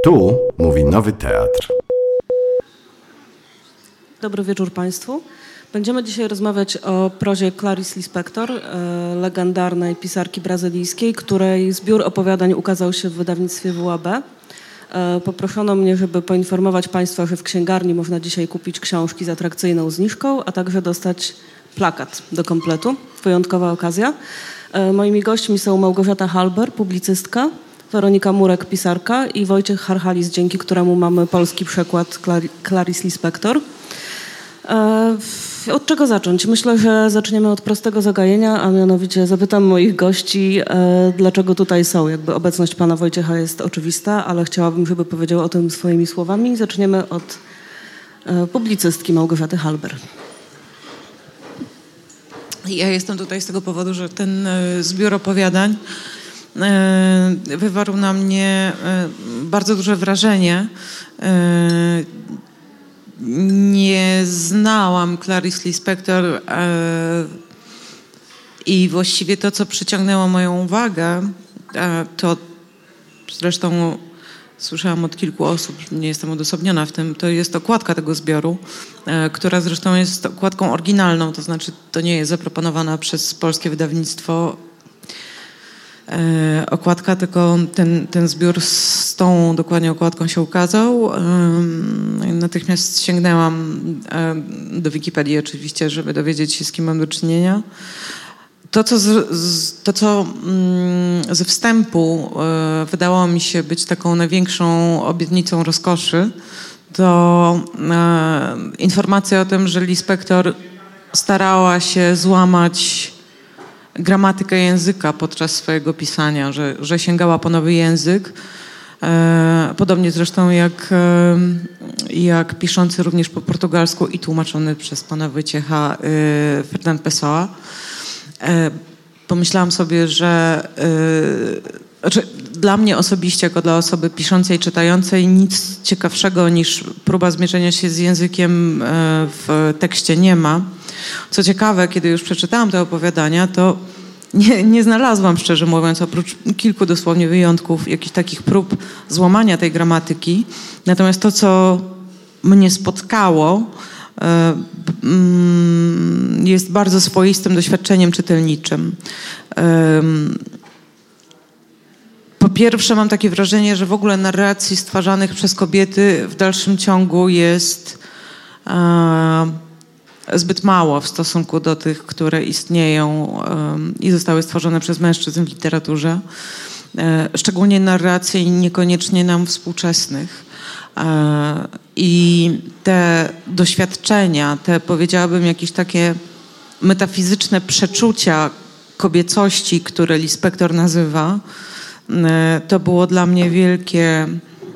Tu mówi Nowy Teatr. Dobry wieczór Państwu. Będziemy dzisiaj rozmawiać o prozie Clarice Lispector, legendarnej pisarki brazylijskiej, której zbiór opowiadań ukazał się w wydawnictwie WAB. Poproszono mnie, żeby poinformować Państwa, że w księgarni można dzisiaj kupić książki z atrakcyjną zniżką, a także dostać plakat do kompletu. Wyjątkowa okazja. Moimi gośćmi są Małgorzata Halber, publicystka, Weronika Murek, pisarka i Wojciech Harchalis, dzięki któremu mamy polski przekład Clarice Lispector. Od czego zacząć? Myślę, że zaczniemy od prostego zagajenia, a mianowicie zapytam moich gości, dlaczego tutaj są. Jakby obecność pana Wojciecha jest oczywista, ale chciałabym, żeby powiedział o tym swoimi słowami. Zaczniemy od publicystki Małgorzaty Halber. Ja jestem tutaj z tego powodu, że ten zbiór opowiadań wywarł na mnie bardzo duże wrażenie. Nie znałam Clarice Lispector i właściwie to, co przyciągnęło moją uwagę, to zresztą słyszałam od kilku osób, nie jestem odosobniona w tym, to jest okładka tego zbioru, która zresztą jest okładką oryginalną, to znaczy to nie jest zaproponowana przez polskie wydawnictwo okładka, tylko ten zbiór z tą dokładnie okładką się ukazał. Natychmiast sięgnęłam do Wikipedii oczywiście, żeby dowiedzieć się, z kim mam do czynienia. To, co ze wstępu wydało mi się być taką największą obietnicą rozkoszy, to informacja o tym, że Lispector starała się złamać gramatykę języka podczas swojego pisania, że sięgała po nowy język. Podobnie zresztą jak piszący również po portugalsku i tłumaczony przez pana Wojciecha Fernand Pessoa. Pomyślałam sobie, że dla mnie osobiście, jako dla osoby piszącej, czytającej, nic ciekawszego niż próba zmierzenia się z językiem w tekście nie ma. Co ciekawe, kiedy już przeczytałam te opowiadania, to nie znalazłam, szczerze mówiąc, oprócz kilku dosłownie wyjątków, jakichś takich prób złamania tej gramatyki. Natomiast to, co mnie spotkało, jest bardzo swoistym doświadczeniem czytelniczym. Po pierwsze, mam takie wrażenie, że w ogóle narracji stwarzanych przez kobiety w dalszym ciągu jest zbyt mało w stosunku do tych, które istnieją i zostały stworzone przez mężczyzn w literaturze. Szczególnie narracji niekoniecznie nam współczesnych. I te doświadczenia, te, powiedziałabym, jakieś takie metafizyczne przeczucia kobiecości, które Lispector nazywa, to było dla mnie wielkie...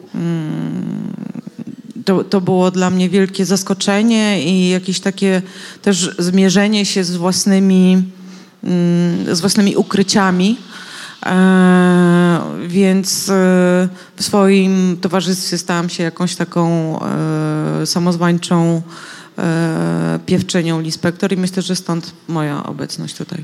To było dla mnie wielkie zaskoczenie i jakieś takie też zmierzenie się z własnymi ukryciami. Więc w swoim towarzystwie stałam się jakąś taką samozwańczą piewczynią Lispector i myślę, że stąd moja obecność tutaj.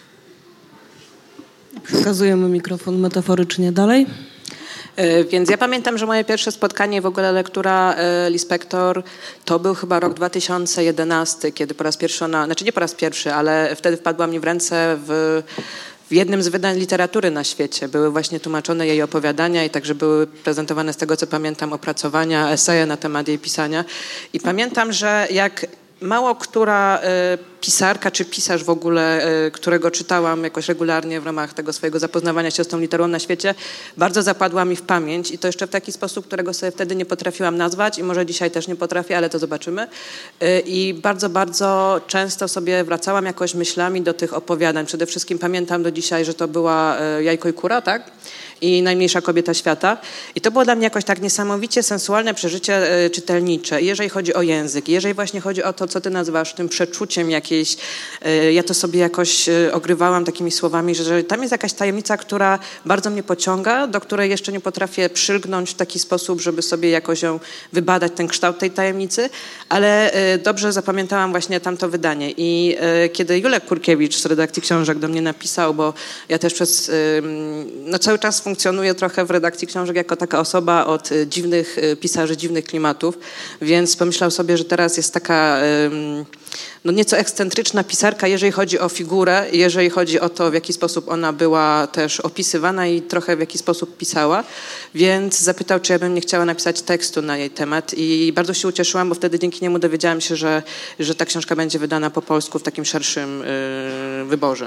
Przekazujemy mikrofon metaforycznie dalej. Więc ja pamiętam, że moje pierwsze spotkanie, w ogóle lektura Lispector, to był chyba rok 2011, kiedy po raz pierwszy nie po raz pierwszy, ale wtedy wpadła mi w ręce w jednym z wydań literatury na świecie. Były właśnie tłumaczone jej opowiadania i także były prezentowane, z tego co pamiętam, opracowania, eseje na temat jej pisania. I pamiętam, że jak mało która pisarka czy pisarz w ogóle, którego czytałam jakoś regularnie w ramach tego swojego zapoznawania się z tą literaturą na świecie, bardzo zapadła mi w pamięć i to jeszcze w taki sposób, którego sobie wtedy nie potrafiłam nazwać i może dzisiaj też nie potrafię, ale to zobaczymy. I bardzo, bardzo często sobie wracałam jakoś myślami do tych opowiadań. Przede wszystkim pamiętam do dzisiaj, że to była Jajko i Kura, tak? I Najmniejsza kobieta świata. I to było dla mnie jakoś tak niesamowicie sensualne przeżycie czytelnicze. I jeżeli chodzi o język, jeżeli właśnie chodzi o to, co ty nazywasz tym przeczuciem jakieś... Ja to sobie jakoś ogrywałam takimi słowami, że tam jest jakaś tajemnica, która bardzo mnie pociąga, do której jeszcze nie potrafię przylgnąć w taki sposób, żeby sobie jakoś ją wybadać, ten kształt tej tajemnicy, ale dobrze zapamiętałam właśnie tamto wydanie. I kiedy Julek Kurkiewicz z redakcji książek do mnie napisał, bo ja też przez... No cały czas funkcjonuję trochę w redakcji książek jako taka osoba od dziwnych pisarzy, dziwnych klimatów, więc pomyślał sobie, że teraz jest taka no nieco ekscentryczna pisarka, jeżeli chodzi o figurę, jeżeli chodzi o to, w jaki sposób ona była też opisywana i trochę w jaki sposób pisała, więc zapytał, czy ja bym nie chciała napisać tekstu na jej temat i bardzo się ucieszyłam, bo wtedy dzięki niemu dowiedziałam się, że ta książka będzie wydana po polsku w takim szerszym wyborze.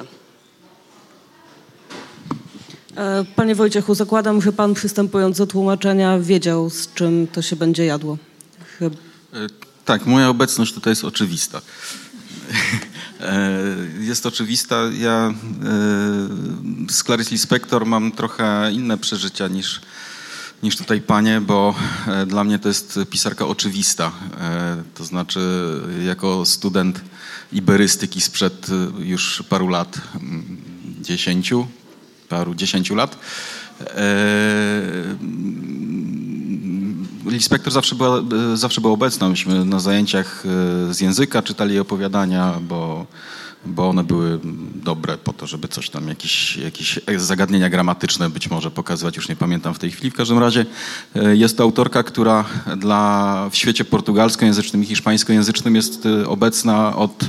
Panie Wojciechu, zakładam, że pan przystępując do tłumaczenia wiedział, z czym to się będzie jadło. Tak, moja obecność tutaj jest oczywista. Jest oczywista. Ja z Clarice Lispector mam trochę inne przeżycia niż tutaj panie, bo dla mnie to jest pisarka oczywista. To znaczy jako student iberystyki sprzed już paru lat, 10 lat, Lispector zawsze była obecna. Myśmy na zajęciach z języka czytali jej opowiadania, bo one były dobre po to, żeby coś tam, jakieś zagadnienia gramatyczne być może pokazywać, już nie pamiętam w tej chwili. W każdym razie jest to autorka, która w świecie portugalskojęzycznym i hiszpańskojęzycznym jest obecna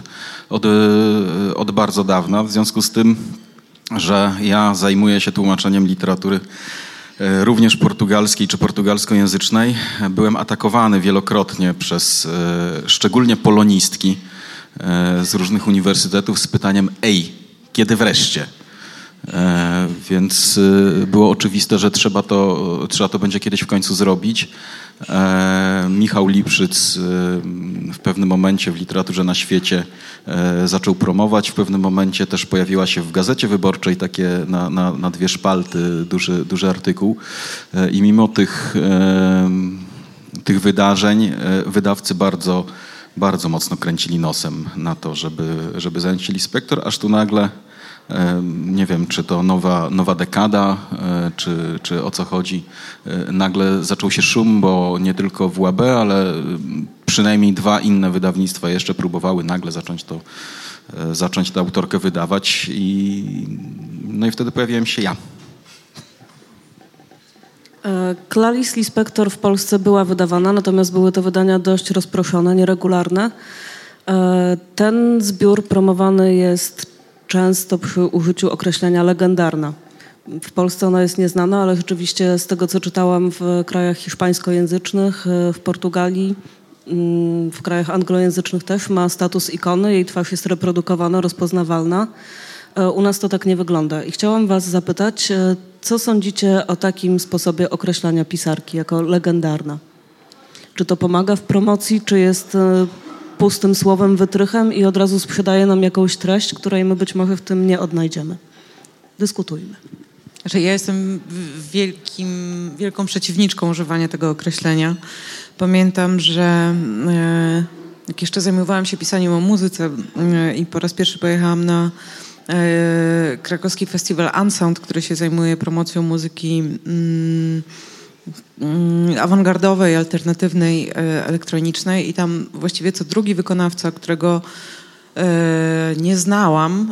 od bardzo dawna. W związku z tym, że ja zajmuję się tłumaczeniem literatury również portugalskiej czy portugalskojęzycznej, byłem atakowany wielokrotnie przez szczególnie polonistki z różnych uniwersytetów z pytaniem: ej, kiedy wreszcie? Więc było oczywiste, że trzeba to będzie kiedyś w końcu zrobić. Michał Lipszyc w pewnym momencie w literaturze na świecie zaczął promować. W pewnym momencie też pojawiła się w Gazecie Wyborczej takie na 2 szpalty duży artykuł. I mimo tych wydarzeń wydawcy bardzo, bardzo mocno kręcili nosem na to, żeby zająć się Lispector, aż tu nagle nie wiem, czy to nowa dekada, czy o co chodzi. Nagle zaczął się szum, bo nie tylko WAB, ale przynajmniej 2 inne wydawnictwa jeszcze próbowały nagle zacząć tę autorkę wydawać no i wtedy pojawiłem się ja. Clarice Lispector w Polsce była wydawana, natomiast były to wydania dość rozproszone, nieregularne. Ten zbiór promowany jest często przy użyciu określenia legendarna. W Polsce ona jest nieznana, ale rzeczywiście z tego, co czytałam w krajach hiszpańskojęzycznych, w Portugalii, w krajach anglojęzycznych też ma status ikony, jej twarz jest reprodukowana, rozpoznawalna. U nas to tak nie wygląda. I chciałam was zapytać, co sądzicie o takim sposobie określania pisarki jako legendarna? Czy to pomaga w promocji, czy jest pustym słowem, wytrychem i od razu sprzedaje nam jakąś treść, której my być może w tym nie odnajdziemy? Dyskutujmy. Znaczy, ja jestem wielką przeciwniczką używania tego określenia. Pamiętam, że jak jeszcze zajmowałam się pisaniem o muzyce i po raz pierwszy pojechałam na krakowski festiwal Unsound, który się zajmuje promocją muzyki awangardowej, alternatywnej, elektronicznej i tam właściwie co drugi wykonawca, którego nie znałam,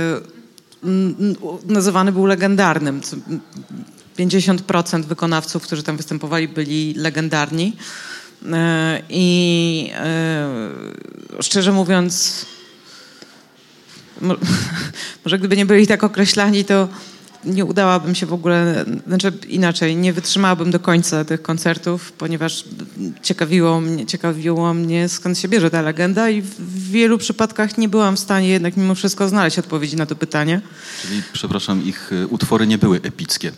nazywany był legendarnym. 50% wykonawców, którzy tam występowali, byli legendarni i szczerze mówiąc może gdyby nie byli tak określani, to nie udałabym się w ogóle, znaczy inaczej, nie wytrzymałabym do końca tych koncertów, ponieważ ciekawiło mnie skąd się bierze ta legenda i w wielu przypadkach nie byłam w stanie jednak mimo wszystko znaleźć odpowiedzi na to pytanie. Czyli, przepraszam, ich utwory nie były epickie.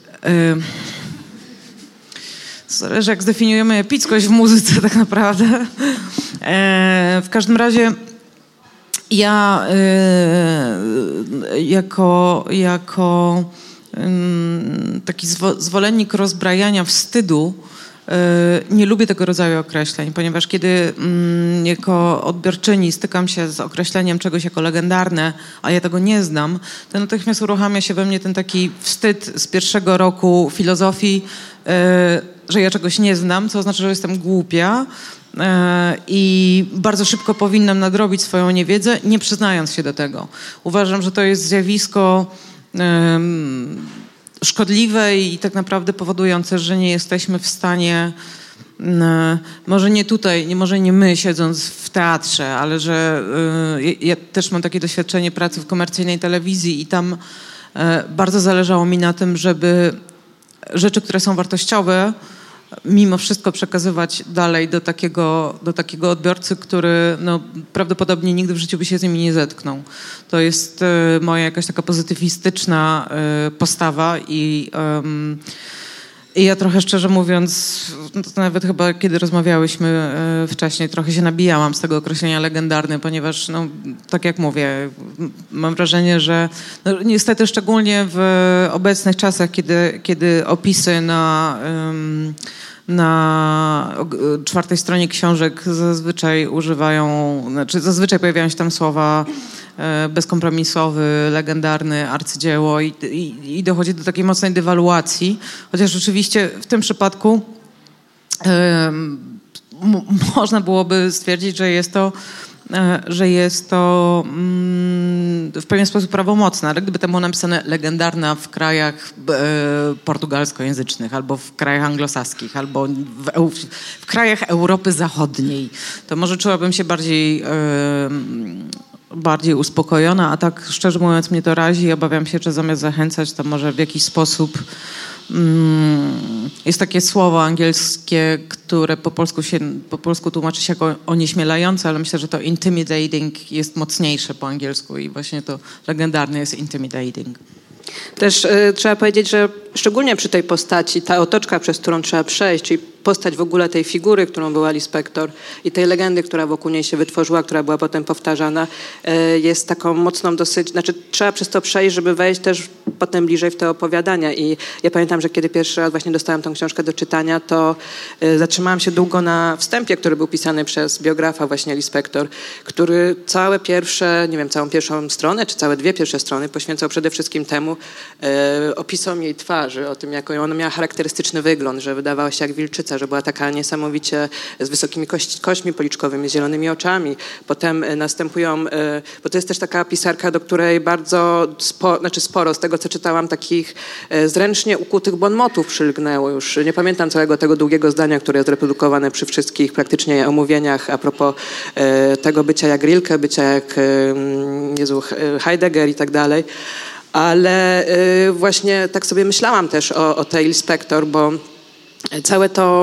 Zależy, jak zdefiniujemy epickość w muzyce tak naprawdę. W każdym razie ja jako taki zwolennik rozbrajania wstydu nie lubię tego rodzaju określeń, ponieważ kiedy jako odbiorczyni stykam się z określeniem czegoś jako legendarne, a ja tego nie znam, to natychmiast uruchamia się we mnie ten taki wstyd z pierwszego roku filozofii, że ja czegoś nie znam, co oznacza, że jestem głupia i bardzo szybko powinnam nadrobić swoją niewiedzę, nie przyznając się do tego. Uważam, że to jest zjawisko szkodliwe i tak naprawdę powodujące, że nie jesteśmy w stanie, może nie tutaj, może nie my siedząc w teatrze, ale że ja też mam takie doświadczenie pracy w komercyjnej telewizji i tam bardzo zależało mi na tym, żeby rzeczy, które są wartościowe, mimo wszystko przekazywać dalej do takiego odbiorcy, który prawdopodobnie nigdy w życiu by się z nimi nie zetknął. To jest moja jakaś taka pozytywistyczna postawa i ja trochę szczerze mówiąc, to nawet chyba kiedy rozmawiałyśmy wcześniej, trochę się nabijałam z tego określenia legendarny, ponieważ tak jak mówię, mam wrażenie, że niestety szczególnie w obecnych czasach, kiedy opisy na 4. stronie książek zazwyczaj pojawiają się tam słowa bezkompromisowy, legendarny, arcydzieło i dochodzi do takiej mocnej dewaluacji, chociaż rzeczywiście w tym przypadku można byłoby stwierdzić, że jest to w pewien sposób prawomocne, ale gdyby tam było napisane legendarna w krajach portugalskojęzycznych, albo w krajach anglosaskich, albo w krajach Europy Zachodniej, to może czułabym się bardziej uspokojona, a tak szczerze mówiąc mnie to razi i obawiam się, że zamiast zachęcać, to może w jakiś sposób jest takie słowo angielskie, które po polsku tłumaczy się jako onieśmielające, ale myślę, że to intimidating jest mocniejsze po angielsku i właśnie to legendarne jest intimidating. Też trzeba powiedzieć, że szczególnie przy tej postaci, ta otoczka, przez którą trzeba przejść, czyli postać w ogóle tej figury, którą była Lee Spector i tej legendy, która wokół niej się wytworzyła, która była potem powtarzana, jest taką mocną dosyć, trzeba przez to przejść, żeby wejść też potem bliżej w te opowiadania i ja pamiętam, że kiedy pierwszy raz właśnie dostałam tą książkę do czytania, to zatrzymałam się długo na wstępie, który był pisany przez biografa właśnie Lee Spector, który całą pierwszą stronę, czy całe 2 pierwsze strony poświęcał przede wszystkim temu opisom jej twarzy, o tym, jak ona miała charakterystyczny wygląd, że wydawała się jak wilczyca, że była taka niesamowicie z wysokimi kośćmi policzkowymi, z zielonymi oczami. Potem następują, bo to jest też taka pisarka, do której bardzo sporo z tego, co czytałam, takich zręcznie ukutych bonmotów przylgnęło już. Nie pamiętam całego tego długiego zdania, które jest reprodukowane przy wszystkich praktycznie omówieniach a propos tego bycia jak Rilke, bycia jak Heidegger i tak dalej. Ale właśnie tak sobie myślałam też o tej Lee Spector, bo całe to,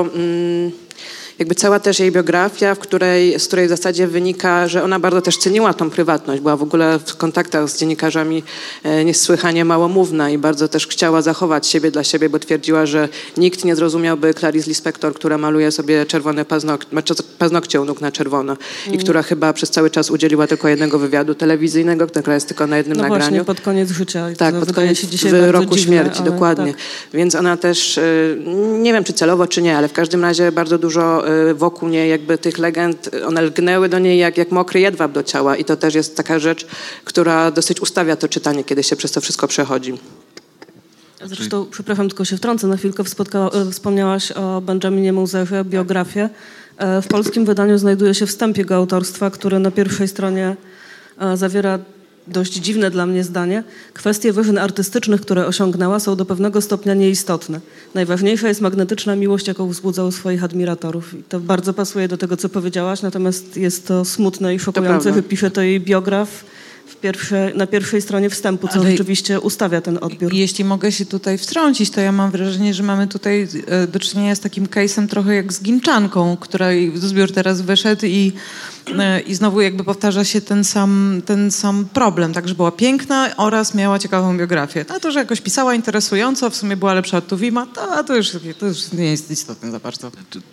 cała też jej biografia, z której w zasadzie wynika, że ona bardzo też ceniła tą prywatność, była w ogóle w kontaktach z dziennikarzami niesłychanie małomówna i bardzo też chciała zachować siebie dla siebie, bo twierdziła, że nikt nie zrozumiałby Clarice Lispector, która maluje sobie czerwone paznokcie u nóg na czerwono i która chyba przez cały czas udzieliła tylko jednego wywiadu telewizyjnego, który jest tylko na jednym nagraniu. Właśnie pod koniec życia. Tak, pod koniec w roku dziwne, śmierci, dokładnie. Tak. Więc ona też, nie wiem czy celowo, czy nie, ale w każdym razie bardzo dużo wokół niej tych legend, one lgnęły do niej jak mokry jedwab do ciała i to też jest taka rzecz, która dosyć ustawia to czytanie, kiedy się przez to wszystko przechodzi. Zresztą, przepraszam, tylko się wtrącę na chwilkę, wspomniałaś o Benjaminie Moserze, biografię. W polskim wydaniu znajduje się wstęp jego autorstwa, który na pierwszej stronie zawiera dość dziwne dla mnie zdanie. Kwestie wyżyn artystycznych, które osiągnęła, są do pewnego stopnia nieistotne. Najważniejsza jest magnetyczna miłość, jaką wzbudza u swoich admiratorów. I to bardzo pasuje do tego, co powiedziałaś, natomiast jest to smutne i szokujące, że pisze to jej biograf na pierwszej stronie wstępu, co rzeczywiście ustawia ten odbiór. Jeśli mogę się tutaj wtrącić, to ja mam wrażenie, że mamy tutaj do czynienia z takim case'em trochę jak z Ginczanką, której zbiór teraz wyszedł i znowu powtarza się ten sam problem, tak, że była piękna oraz miała ciekawą biografię. A to, że jakoś pisała interesująco, w sumie była lepsza od Tuwima, to już nie jest istotne za bardzo.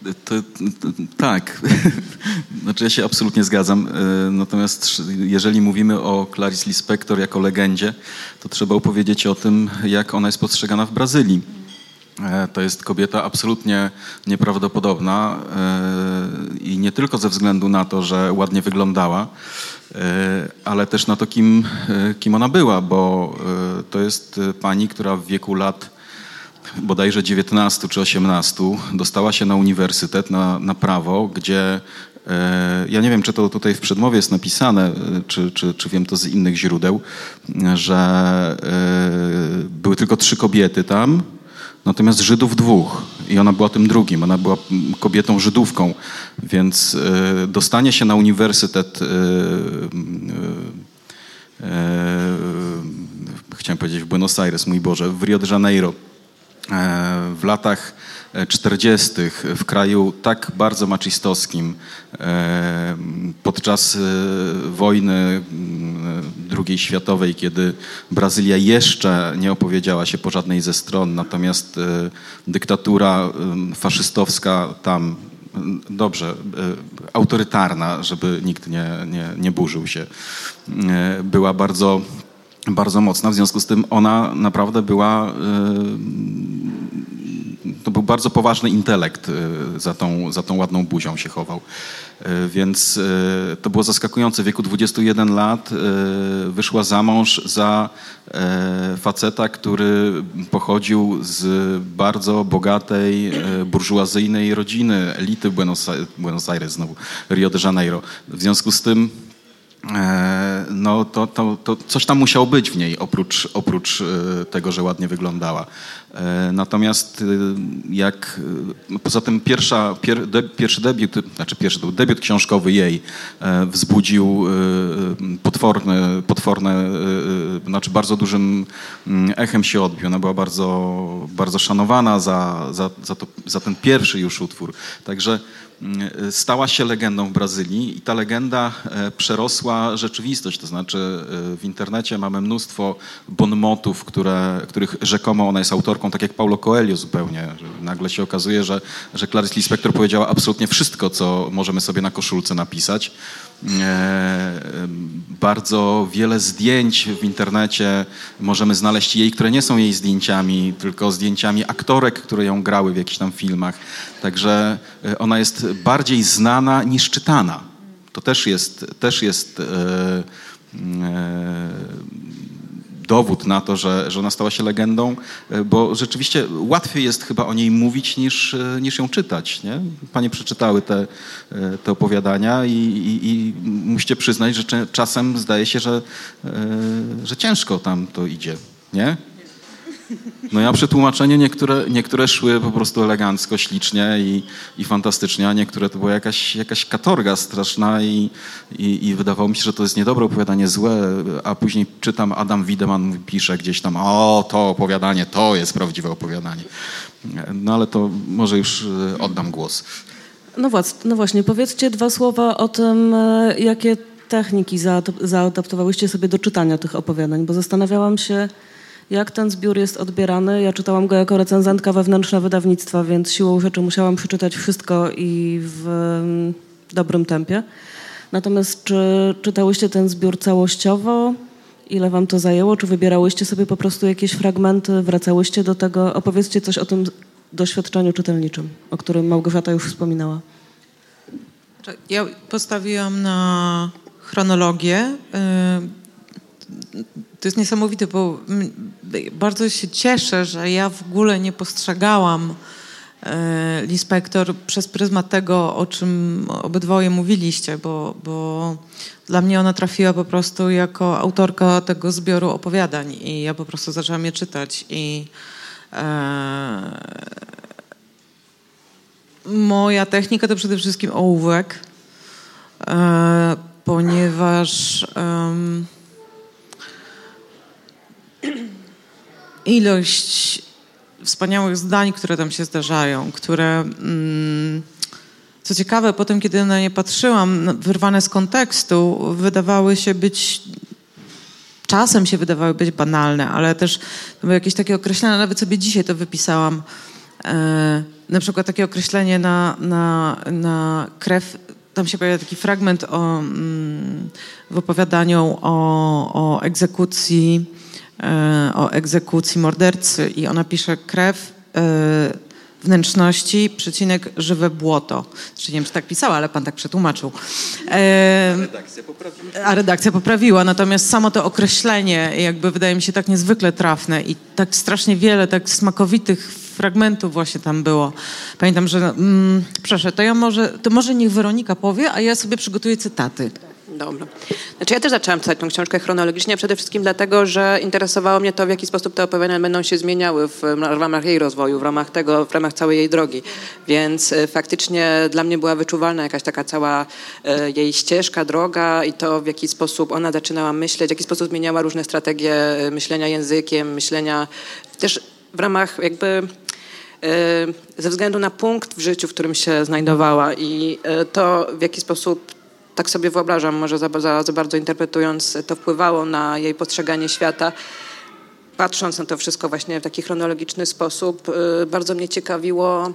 Tak, ja się absolutnie zgadzam, natomiast jeżeli mówimy o Clarice Lispector jako legendzie, to trzeba opowiedzieć o tym, jak ona jest postrzegana w Brazylii. To jest kobieta absolutnie nieprawdopodobna i nie tylko ze względu na to, że ładnie wyglądała, ale też na to, kim ona była, bo to jest pani, która w wieku lat bodajże 19 czy 18 dostała się na uniwersytet, na prawo, gdzie ja nie wiem, czy to tutaj w przedmowie jest napisane, czy wiem to z innych źródeł, że były tylko 3 kobiety tam, natomiast Żydów 2 i ona była tym drugim, ona była kobietą Żydówką, więc dostanie się na uniwersytet, chciałem powiedzieć w Buenos Aires, mój Boże, w Rio de Janeiro, w latach 40. w kraju tak bardzo maczystowskim, podczas wojny II światowej, kiedy Brazylia jeszcze nie opowiedziała się po żadnej ze stron, natomiast dyktatura faszystowska tam, dobrze, autorytarna, żeby nikt nie burzył się, była bardzo, bardzo mocna. W związku z tym ona naprawdę była... To był bardzo poważny intelekt, za tą ładną buzią się chował. Więc to było zaskakujące. W wieku 21 lat wyszła za mąż za faceta, który pochodził z bardzo bogatej, burżuazyjnej rodziny, elity Buenos Aires, znowu Rio de Janeiro. W związku z tym no to coś tam musiało być w niej, oprócz tego, że ładnie wyglądała. Natomiast poza tym pierwszy debiut książkowy jej wzbudził potworne, znaczy bardzo dużym echem się odbił. Ona była bardzo, bardzo szanowana za ten pierwszy już utwór. Także stała się legendą w Brazylii i ta legenda przerosła rzeczywistość. To znaczy w internecie mamy mnóstwo bonmotów, których rzekomo ona jest autorką, tak jak Paulo Coelho zupełnie. Nagle się okazuje, że Clarice Lispector powiedziała absolutnie wszystko, co możemy sobie na koszulce napisać. Bardzo wiele zdjęć w internecie możemy znaleźć jej, które nie są jej zdjęciami, tylko zdjęciami aktorek, które ją grały w jakichś tam filmach. Także ona jest bardziej znana niż czytana. To też jest dowód na to, że ona stała się legendą, bo rzeczywiście łatwiej jest chyba o niej mówić niż ją czytać. Nie? Panie przeczytały te opowiadania i musicie przyznać, że czasem zdaje się, że ciężko tam to idzie. Nie? No ja przy tłumaczeniu niektóre szły po prostu elegancko, ślicznie i fantastycznie, a niektóre to była jakaś katorga straszna i wydawało mi się, że to jest niedobre opowiadanie, złe, a później czytam, Adam Wiedemann pisze gdzieś tam, to opowiadanie, to jest prawdziwe opowiadanie. No ale to może już oddam głos. No właśnie, powiedzcie 2 słowa o tym, jakie techniki zaadaptowałyście sobie do czytania tych opowiadań, bo zastanawiałam się, jak ten zbiór jest odbierany. Ja czytałam go jako recenzentka wewnętrzna wydawnictwa, więc siłą rzeczy musiałam przeczytać wszystko i w dobrym tempie. Natomiast czy czytałyście ten zbiór całościowo? Ile wam to zajęło? Czy wybierałyście sobie po prostu jakieś fragmenty? Wracałyście do tego? Opowiedzcie coś o tym doświadczeniu czytelniczym, o którym Małgorzata już wspominała. Ja postawiłam na chronologię. To jest niesamowite, bo bardzo się cieszę, że ja w ogóle nie postrzegałam Lispector przez pryzmat tego, o czym obydwoje mówiliście, bo dla mnie ona trafiła po prostu jako autorka tego zbioru opowiadań i ja po prostu zaczęłam je czytać i moja technika to przede wszystkim ołówek, ponieważ ilość wspaniałych zdań, które tam się zdarzają, które, co ciekawe, potem, kiedy na nie patrzyłam, wyrwane z kontekstu, czasem się wydawały być banalne, ale też to były jakieś takie określenia, nawet sobie dzisiaj to wypisałam, na przykład takie określenie na krew. Tam się pojawia taki fragment w opowiadaniu o egzekucji mordercy i ona pisze krew wnętrzności, przecinek, żywe błoto. Znaczy, nie wiem, czy tak pisała, ale pan tak przetłumaczył. A redakcja poprawiła. Natomiast samo to określenie jakby wydaje mi się tak niezwykle trafne i tak strasznie wiele tak smakowitych fragmentów właśnie tam było. Pamiętam, że proszę, to może niech Weronika powie, a ja sobie przygotuję cytaty. Dobra. Znaczy ja też zaczęłam pisać tę książkę chronologicznie, przede wszystkim dlatego, że interesowało mnie to, w jaki sposób te opowiadania będą się zmieniały w ramach jej rozwoju, w ramach całej jej drogi. Więc faktycznie dla mnie była wyczuwalna jakaś taka cała jej ścieżka, droga i to, w jaki sposób ona zaczynała myśleć, w jaki sposób zmieniała różne strategie myślenia językiem, myślenia też w ramach jakby ze względu na punkt w życiu, w którym się znajdowała i to, w jaki sposób, tak sobie wyobrażam, może za bardzo interpretując, to wpływało na jej postrzeganie świata. Patrząc na to wszystko właśnie w taki chronologiczny sposób, bardzo mnie ciekawiło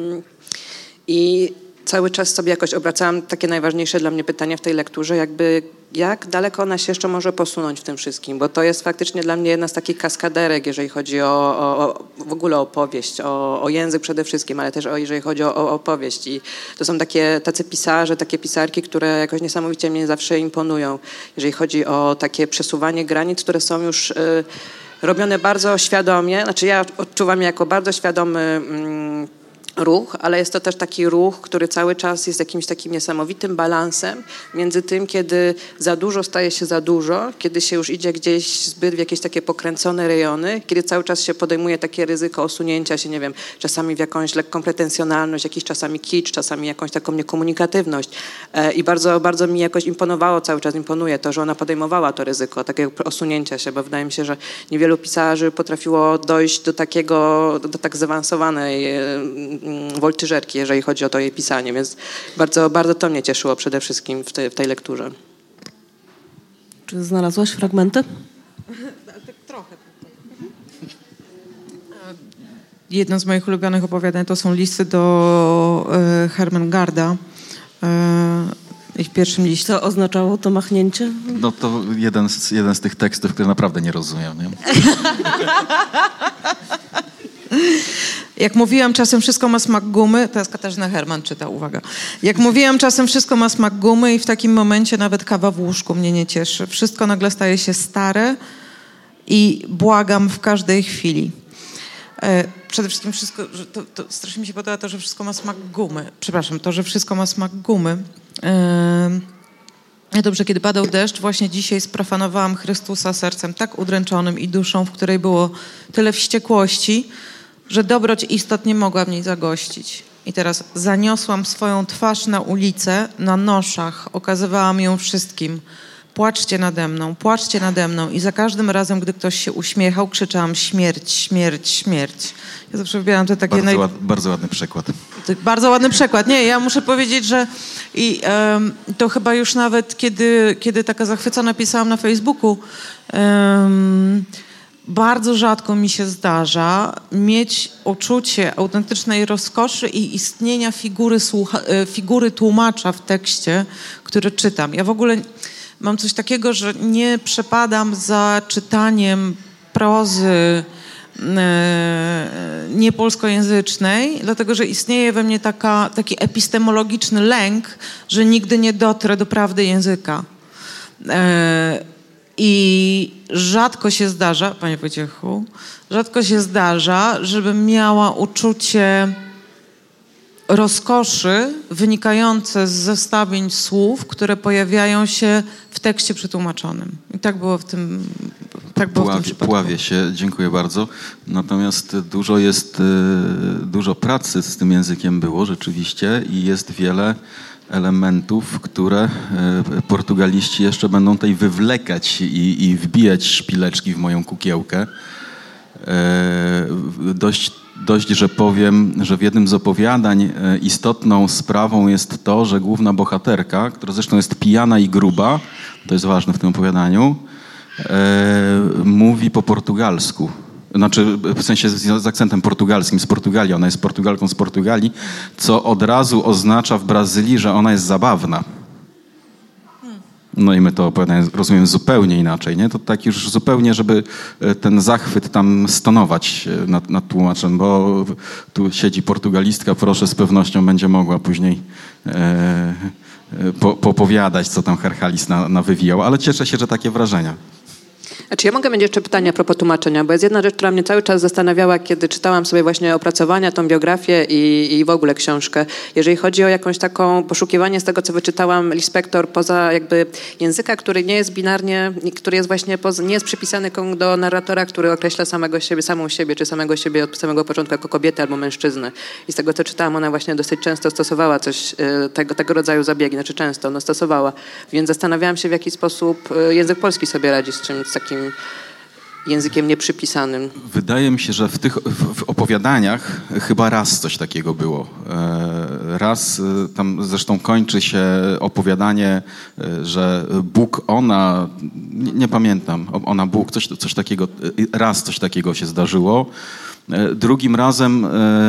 i cały czas sobie jakoś obracałam takie najważniejsze dla mnie pytania w tej lekturze, jakby jak daleko ona się jeszcze może posunąć w tym wszystkim, bo to jest faktycznie dla mnie jedna z takich kaskaderek, jeżeli chodzi w ogóle o opowieść, o język przede wszystkim, ale też jeżeli chodzi o opowieść. I to są tacy pisarze, takie pisarki, które jakoś niesamowicie mnie zawsze imponują, jeżeli chodzi o takie przesuwanie granic, które są już robione bardzo świadomie. Znaczy ja odczuwam je jako bardzo świadomy ruch, ale jest to też taki ruch, który cały czas jest jakimś takim niesamowitym balansem między tym, kiedy za dużo staje się za dużo, kiedy się już idzie gdzieś zbyt w jakieś takie pokręcone rejony, kiedy cały czas się podejmuje takie ryzyko osunięcia się, nie wiem, czasami w jakąś lekką pretensjonalność, jakiś czasami kicz, czasami jakąś taką niekomunikatywność. I bardzo, bardzo mi jakoś imponowało, cały czas imponuje to, że ona podejmowała to ryzyko takiego osunięcia się, bo wydaje mi się, że niewielu pisarzy potrafiło dojść do tak zaawansowanej woltyżerki, jeżeli chodzi o to jej pisanie, więc bardzo, bardzo to mnie cieszyło przede wszystkim w tej lekturze. Czy znalazłaś fragmenty? Tak trochę. Jedno z moich ulubionych opowiadań to są listy do Hermengarda. Ich pierwszym liście. Co oznaczało to machnięcie? No to jeden z tych tekstów, który naprawdę nie rozumiem. Nie? Jak mówiłam, czasem wszystko ma smak gumy. Teraz Katarzyna Herman czyta, uwaga. Jak mówiłam, czasem wszystko ma smak gumy i w takim momencie nawet kawa w łóżku mnie nie cieszy. Wszystko nagle staje się stare i błagam w każdej chwili. Przede wszystkim wszystko, że to strasznie mi się podoba to, że wszystko ma smak gumy. Przepraszam, to, że wszystko ma smak gumy. Ja dobrze, kiedy padał deszcz, właśnie dzisiaj sprofanowałam Chrystusa sercem tak udręczonym i duszą, w której było tyle wściekłości, że dobroć istot nie mogła w niej zagościć. I teraz zaniosłam swoją twarz na ulicę, na noszach, okazywałam ją wszystkim. Płaczcie nade mną. I za każdym razem, gdy ktoś się uśmiechał, krzyczałam śmierć, śmierć, śmierć. Ja zawsze wybieram te takie... Bardzo ładny przekład. Bardzo ładny przekład. Nie, ja muszę powiedzieć, że to chyba już nawet, kiedy taka zachwycona pisałam na Facebooku, bardzo rzadko mi się zdarza mieć uczucie autentycznej rozkoszy i istnienia figury tłumacza w tekście, który czytam. Ja w ogóle mam coś takiego, że nie przepadam za czytaniem prozy niepolskojęzycznej, dlatego że istnieje we mnie taki epistemologiczny lęk, że nigdy nie dotrę do prawdy języka. I rzadko się zdarza, panie Wojciechu, żebym miała uczucie rozkoszy wynikające z zestawień słów, które pojawiają się w tekście przetłumaczonym. I tak było w tym przypadku. Pławię się, dziękuję bardzo. Natomiast dużo pracy z tym językiem było rzeczywiście i jest wiele elementów, które portugaliści jeszcze będą tutaj wywlekać i wbijać szpileczki w moją kukiełkę. Dość, że powiem, że w jednym z opowiadań istotną sprawą jest to, że główna bohaterka, która zresztą jest pijana i gruba, to jest ważne w tym opowiadaniu, mówi po portugalsku. Znaczy w sensie z akcentem portugalskim, z Portugalii. Ona jest Portugalką z Portugalii, co od razu oznacza w Brazylii, że ona jest zabawna. No i my to opowiadanie rozumiemy zupełnie inaczej, nie? To tak już zupełnie, żeby ten zachwyt tam stonować nad tłumaczem, bo tu siedzi portugalistka, proszę, z pewnością będzie mogła później popowiadać, co tam Herchalis nawywijał, ale cieszę się, że takie wrażenia. Czy ja mogę mieć jeszcze pytanie a propos tłumaczenia, bo jest jedna rzecz, która mnie cały czas zastanawiała, kiedy czytałam sobie właśnie opracowania, tą biografię i w ogóle książkę. Jeżeli chodzi o jakąś taką poszukiwanie z tego, co wyczytałam, Lispector poza jakby języka, który nie jest binarnie, który jest właśnie nie jest przypisany do narratora, który określa samą siebie, czy samego siebie od samego początku jako kobietę albo mężczyznę. I z tego, co czytałam, ona właśnie dosyć często stosowała coś, tego rodzaju zabiegi, znaczy często, stosowała. Więc zastanawiałam się, w jaki sposób język polski sobie radzi z czymś takim językiem nieprzypisanym. Wydaje mi się, że w opowiadaniach chyba raz coś takiego było. Raz tam zresztą kończy się opowiadanie, że Bóg, ona, nie pamiętam, ona, Bóg, coś takiego, raz coś takiego się zdarzyło. Drugim razem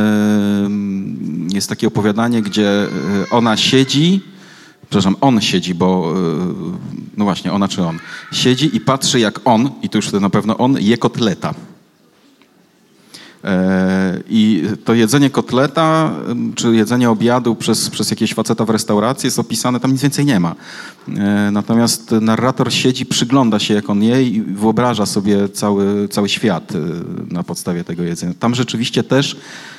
jest takie opowiadanie, gdzie ona siedzi, przepraszam, on siedzi, bo no właśnie, ona czy on, siedzi i patrzy jak on, i to już wtedy na pewno on, je kotleta. I to jedzenie kotleta, czy jedzenie obiadu przez jakiegoś faceta w restauracji jest opisane, tam nic więcej nie ma. Natomiast narrator siedzi, przygląda się jak on je i wyobraża sobie cały świat na podstawie tego jedzenia. Tam rzeczywiście też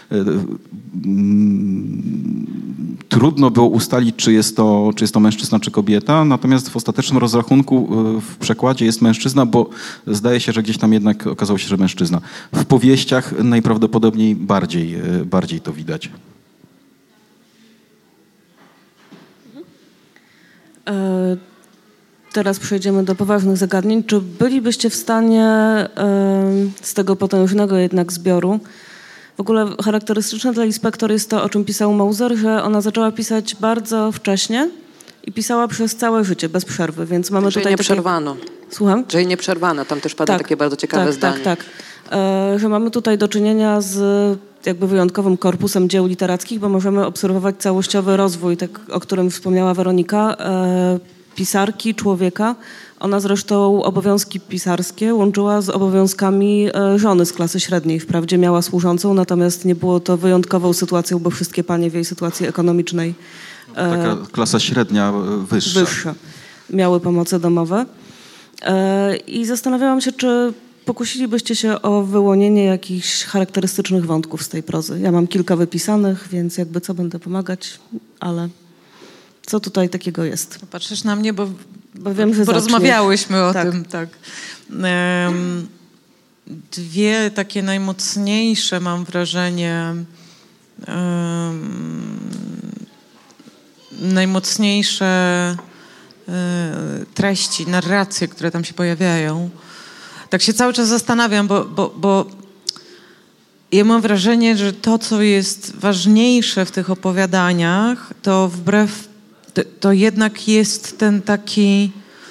trudno było ustalić, czy jest to mężczyzna, czy kobieta, natomiast w ostatecznym rozrachunku w przekładzie jest mężczyzna, bo zdaje się, że gdzieś tam jednak okazało się, że mężczyzna. W powieściach najprawdopodobniej bardziej to widać. Teraz przejdziemy do poważnych zagadnień. Czy bylibyście w stanie z tego potężnego jednak zbioru, w ogóle charakterystyczne dla Lispector jest to, o czym pisał Mauser, że ona zaczęła pisać bardzo wcześnie i pisała przez całe życie, bez przerwy, więc mamy Że tutaj nie przerwano. Słucham? Że nie przerwano, tam też pada takie bardzo ciekawe zdanie. Tak. Że mamy tutaj do czynienia z jakby wyjątkowym korpusem dzieł literackich, bo możemy obserwować całościowy rozwój, tak, o którym wspomniała Weronika, pisarki, człowieka. Ona zresztą obowiązki pisarskie łączyła z obowiązkami żony z klasy średniej. Wprawdzie miała służącą, natomiast nie było to wyjątkową sytuacją, bo wszystkie panie w jej sytuacji ekonomicznej taka klasa średnia wyższa. Miały pomoce domowe. I zastanawiałam się, czy pokusilibyście się o wyłonienie jakichś charakterystycznych wątków z tej prozy. Ja mam kilka wypisanych, więc jakby co będę pomagać, ale co tutaj takiego jest? Patrzysz na mnie, bo wiem, że rozmawiałyśmy o tym. Tak. Dwie takie najmocniejsze, mam wrażenie, najmocniejsze treści, narracje, które tam się pojawiają. Tak się cały czas zastanawiam, bo ja mam wrażenie, że to, co jest ważniejsze w tych opowiadaniach, to to jednak jest ten taki...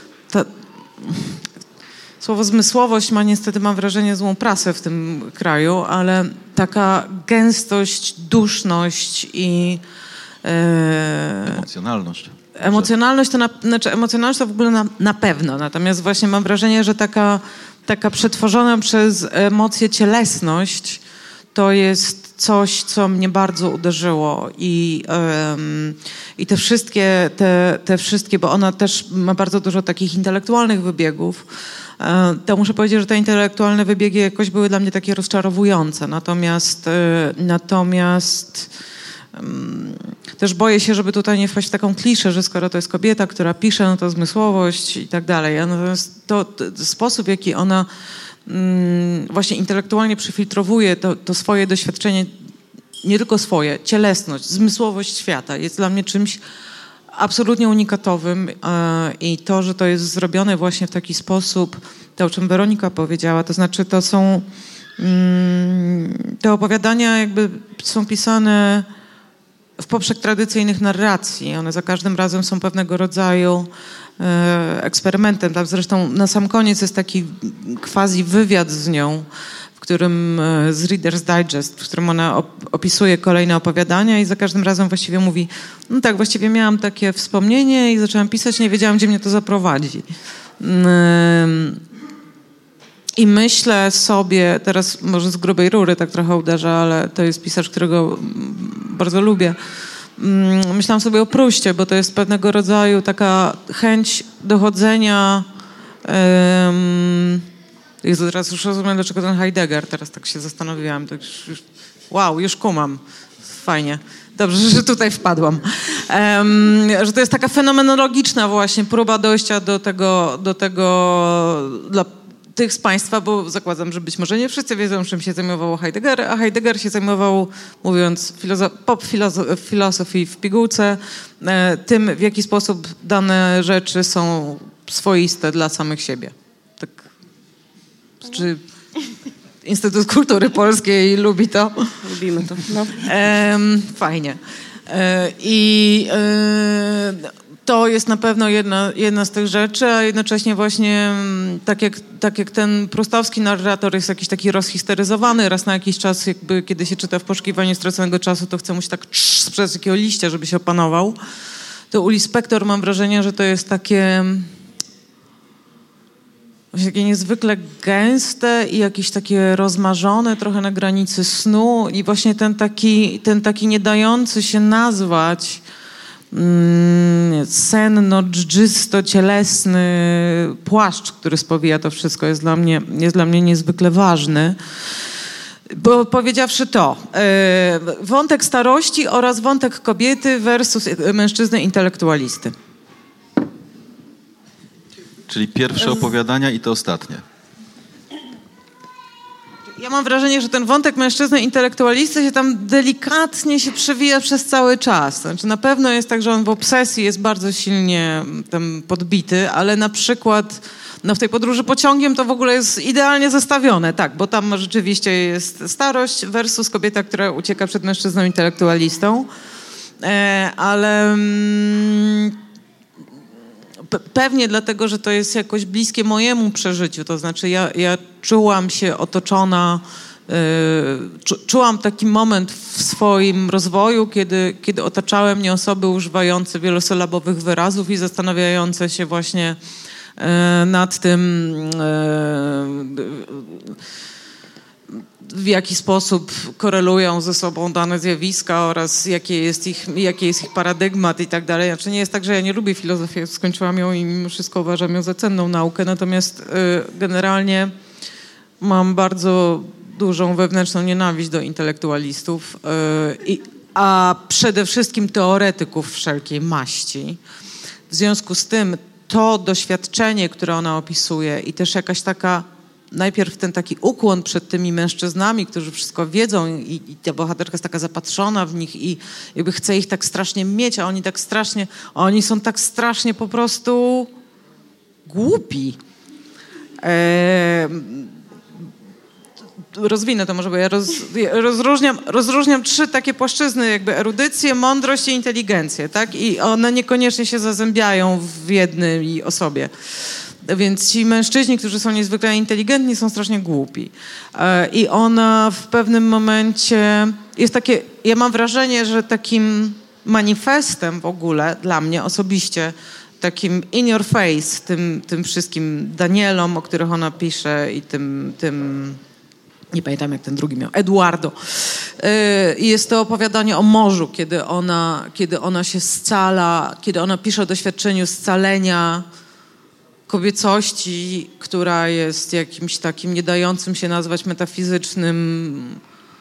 Słowo zmysłowość ma niestety, mam wrażenie, złą prasę w tym kraju, ale taka gęstość, duszność i... Emocjonalność. Emocjonalność to w ogóle na pewno. Natomiast właśnie mam wrażenie, że taka przetworzona przez emocje cielesność to jest coś, co mnie bardzo uderzyło i te wszystkie, bo ona też ma bardzo dużo takich intelektualnych wybiegów, to muszę powiedzieć, że te intelektualne wybiegi jakoś były dla mnie takie rozczarowujące. Natomiast też boję się, żeby tutaj nie wpaść w taką kliszę, że skoro to jest kobieta, która pisze, no to zmysłowość i tak dalej. Natomiast to sposób, w jaki ona właśnie intelektualnie przefiltrowuje to swoje doświadczenie, nie tylko swoje, cielesność, zmysłowość świata jest dla mnie czymś absolutnie unikatowym i to, że to jest zrobione właśnie w taki sposób, to o czym Weronika powiedziała, to znaczy to są te opowiadania jakby są pisane w poprzek tradycyjnych narracji. One za każdym razem są pewnego rodzaju eksperymentem. Tam zresztą na sam koniec jest taki quasi wywiad z nią, z Reader's Digest, w którym ona opisuje kolejne opowiadania i za każdym razem właściwie mówi, no tak, właściwie miałam takie wspomnienie i zaczęłam pisać, nie wiedziałam, gdzie mnie to zaprowadzi. I myślę sobie, teraz może z grubej rury tak trochę uderzę, ale to jest pisarz, którego bardzo lubię. Myślałam sobie o Pruście, bo to jest pewnego rodzaju taka chęć dochodzenia. Jezu, teraz już rozumiem, dlaczego ten Heidegger, teraz tak się zastanowiłam. Tak już kumam. Fajnie. Dobrze, że tutaj wpadłam. Że to jest taka fenomenologiczna właśnie próba dojścia do tego dla tych z Państwa, bo zakładam, że być może nie wszyscy wiedzą, czym się zajmował Heidegger, a Heidegger się zajmował, mówiąc pop filozofii w pigułce, tym, w jaki sposób dane rzeczy są swoiste dla samych siebie. Tak. Czy Instytut Kultury Polskiej lubi to? Lubimy to. No. Fajnie. To jest na pewno jedna z tych rzeczy, a jednocześnie właśnie tak jak ten prustowski narrator jest jakiś taki rozhisteryzowany, raz na jakiś czas, jakby kiedy się czyta W poszukiwaniu straconego czasu, to chce mu się tak sprzedać takiego liścia, żeby się opanował. To u Lispector mam wrażenie, że to jest takie niezwykle gęste i jakieś takie rozmarzone, trochę na granicy snu i właśnie ten taki nie dający się nazwać senno-dżdżysto-cielesny płaszcz, który spowija to wszystko, jest dla mnie niezwykle ważny. Bo powiedziawszy to, wątek starości oraz wątek kobiety versus mężczyzny intelektualisty. Czyli pierwsze opowiadania i to ostatnie. Ja mam wrażenie, że ten wątek mężczyzny intelektualisty się tam delikatnie się przewija przez cały czas. Znaczy, na pewno jest tak, że on w obsesji jest bardzo silnie tam podbity, ale na przykład w tej podróży pociągiem to w ogóle jest idealnie zestawione, tak, bo tam rzeczywiście jest starość versus kobieta, która ucieka przed mężczyzną intelektualistą, ale pewnie dlatego, że to jest jakoś bliskie mojemu przeżyciu, to znaczy ja czułam się otoczona, czułam taki moment w swoim rozwoju, kiedy otaczały mnie osoby używające wielosylabowych wyrazów i zastanawiające się właśnie nad tym, w jaki sposób korelują ze sobą dane zjawiska oraz jaki jest ich paradygmat i tak dalej. Znaczy nie jest tak, że ja nie lubię filozofii, skończyłam ją i mimo wszystko uważam ją za cenną naukę, natomiast generalnie mam bardzo dużą wewnętrzną nienawiść do intelektualistów, a przede wszystkim teoretyków wszelkiej maści. W związku z tym to doświadczenie, które ona opisuje i też jakaś taka najpierw ten taki ukłon przed tymi mężczyznami, którzy wszystko wiedzą i ta bohaterka jest taka zapatrzona w nich i jakby chce ich tak strasznie mieć, a oni są tak strasznie po prostu głupi. Rozwinę to może, bo ja rozróżniam trzy takie płaszczyzny, jakby erudycję, mądrość i inteligencję, tak? I one niekoniecznie się zazębiają w jednej osobie. Więc ci mężczyźni, którzy są niezwykle inteligentni, są strasznie głupi. I ona w pewnym momencie jest takie, ja mam wrażenie, że takim manifestem w ogóle dla mnie osobiście, takim in your face, tym wszystkim Danielom, o których ona pisze i tym nie pamiętam jak ten drugi miał, Eduardo. Jest to opowiadanie o morzu, kiedy ona się scala, kiedy ona pisze o doświadczeniu scalenia kobiecości, która jest jakimś takim nie dającym się nazwać metafizycznym,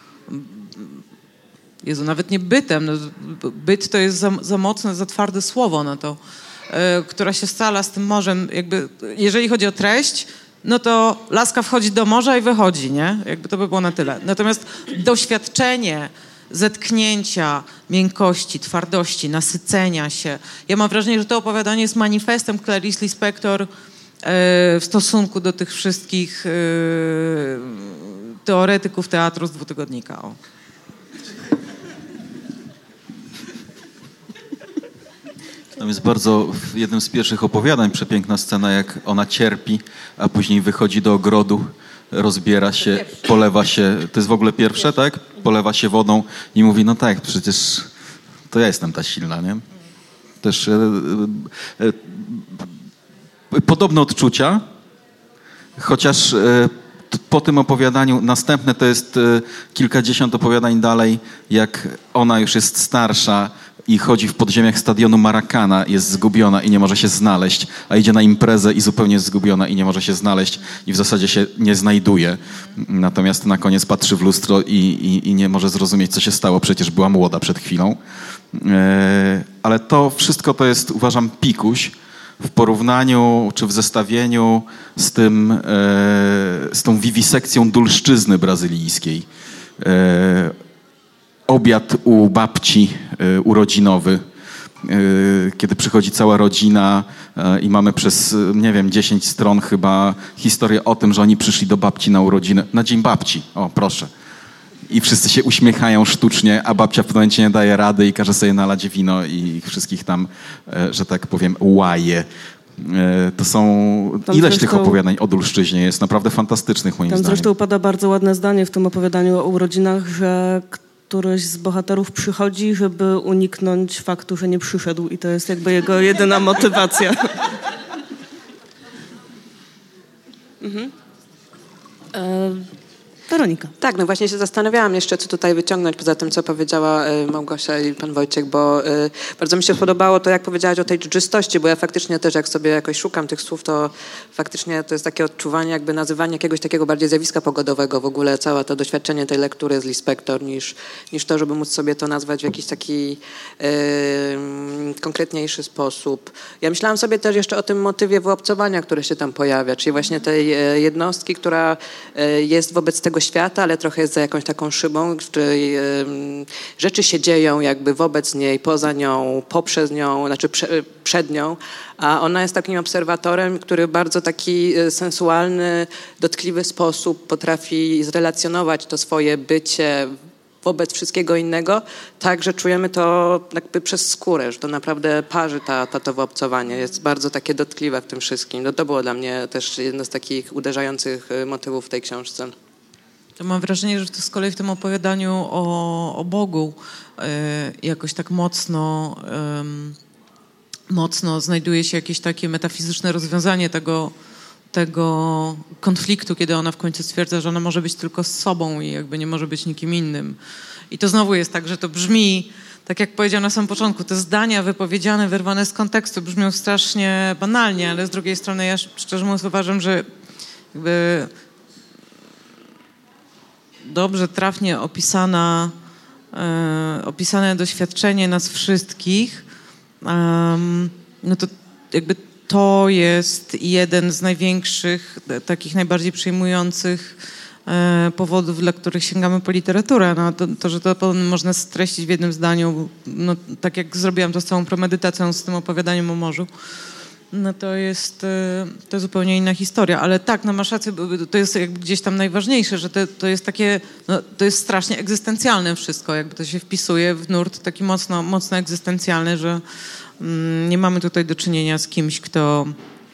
Jezu, nawet nie bytem, no, byt to jest za mocne, za twarde słowo na to, która się scala z tym morzem, jakby, jeżeli chodzi o treść, no to laska wchodzi do morza i wychodzi, nie? Jakby to by było na tyle. Natomiast doświadczenie zetknięcia, miękkości, twardości, nasycenia się. Ja mam wrażenie, że to opowiadanie jest manifestem Clarice Lispector w stosunku do tych wszystkich teoretyków teatru z dwutygodnika. O. Tam jest bardzo, w jednym z pierwszych opowiadań przepiękna scena, jak ona cierpi, a później wychodzi do ogrodu rozbiera się, polewa się, to jest w ogóle pierwsze, tak? Polewa się wodą i mówi, no tak, przecież to ja jestem ta silna, nie? Też podobne odczucia, chociaż po tym opowiadaniu, następne to jest kilkadziesiąt opowiadań dalej, jak ona już jest starsza i chodzi w podziemiach stadionu Maracana, jest zgubiona i nie może się znaleźć, a idzie na imprezę i zupełnie jest zgubiona i nie może się znaleźć i w zasadzie się nie znajduje. Natomiast na koniec patrzy w lustro i nie może zrozumieć, co się stało, przecież była młoda przed chwilą. Ale to wszystko to jest, uważam, pikuś w porównaniu czy w zestawieniu z tą wiwisekcją dulszczyzny brazylijskiej. Obiad u babci urodzinowy, kiedy przychodzi cała rodzina i mamy przez, nie wiem, 10 stron chyba historię o tym, że oni przyszli do babci na urodziny, na dzień babci, o proszę. I wszyscy się uśmiechają sztucznie, a babcia w pewnym momencie nie daje rady i każe sobie nalać wino i ich wszystkich tam, że tak powiem, łaje. To są ileś tych opowiadań o dulszczyźnie jest naprawdę fantastycznych moim zdaniem. Tam zresztą pada bardzo ładne zdanie w tym opowiadaniu o urodzinach, że któryś z bohaterów przychodzi, żeby uniknąć faktu, że nie przyszedł i to jest jakby jego jedyna motywacja. Weronika. Tak, no właśnie się zastanawiałam jeszcze, co tutaj wyciągnąć poza tym, co powiedziała Małgosia i pan Wojciech, bo bardzo mi się podobało to, jak powiedziałaś o tej dżdżystości, bo ja faktycznie też, jak sobie jakoś szukam tych słów, to faktycznie to jest takie odczuwanie, jakby nazywanie jakiegoś takiego bardziej zjawiska pogodowego w ogóle, całe to doświadczenie tej lektury z Lispector, niż to, żeby móc sobie to nazwać w jakiś taki konkretniejszy sposób. Ja myślałam sobie też jeszcze o tym motywie wyobcowania, który się tam pojawia, czyli właśnie tej jednostki, która jest wobec tego świata, ale trochę jest za jakąś taką szybą, w której rzeczy się dzieją jakby wobec niej, poza nią, poprzez nią, znaczy przed nią, a ona jest takim obserwatorem, który w bardzo taki sensualny, dotkliwy sposób potrafi zrelacjonować to swoje bycie wobec wszystkiego innego, tak, że czujemy to jakby przez skórę, że to naprawdę parzy to wyobcowanie. Jest bardzo takie dotkliwe w tym wszystkim. No to było dla mnie też jedno z takich uderzających motywów w tej książce. To mam wrażenie, że to z kolei w tym opowiadaniu o Bogu jakoś tak mocno znajduje się jakieś takie metafizyczne rozwiązanie tego konfliktu, kiedy ona w końcu stwierdza, że ona może być tylko z sobą i jakby nie może być nikim innym. I to znowu jest tak, że to brzmi, tak jak powiedział na samym początku, te zdania wypowiedziane, wyrwane z kontekstu brzmią strasznie banalnie, ale z drugiej strony ja szczerze mówiąc uważam, że jakby dobrze, trafnie opisane doświadczenie nas wszystkich, no to jakby to jest jeden z największych, takich najbardziej przejmujących powodów, dla których sięgamy po literaturę. No, to, że to można streścić w jednym zdaniu, no, tak jak zrobiłam to z całą premedytacją, z tym opowiadaniem o morzu, no to jest zupełnie inna historia. Ale tak, no masz rację, to jest jakby gdzieś tam najważniejsze, że to jest takie, no, to jest strasznie egzystencjalne wszystko, jakby to się wpisuje w nurt taki mocno egzystencjalny, że nie mamy tutaj do czynienia z kimś, kto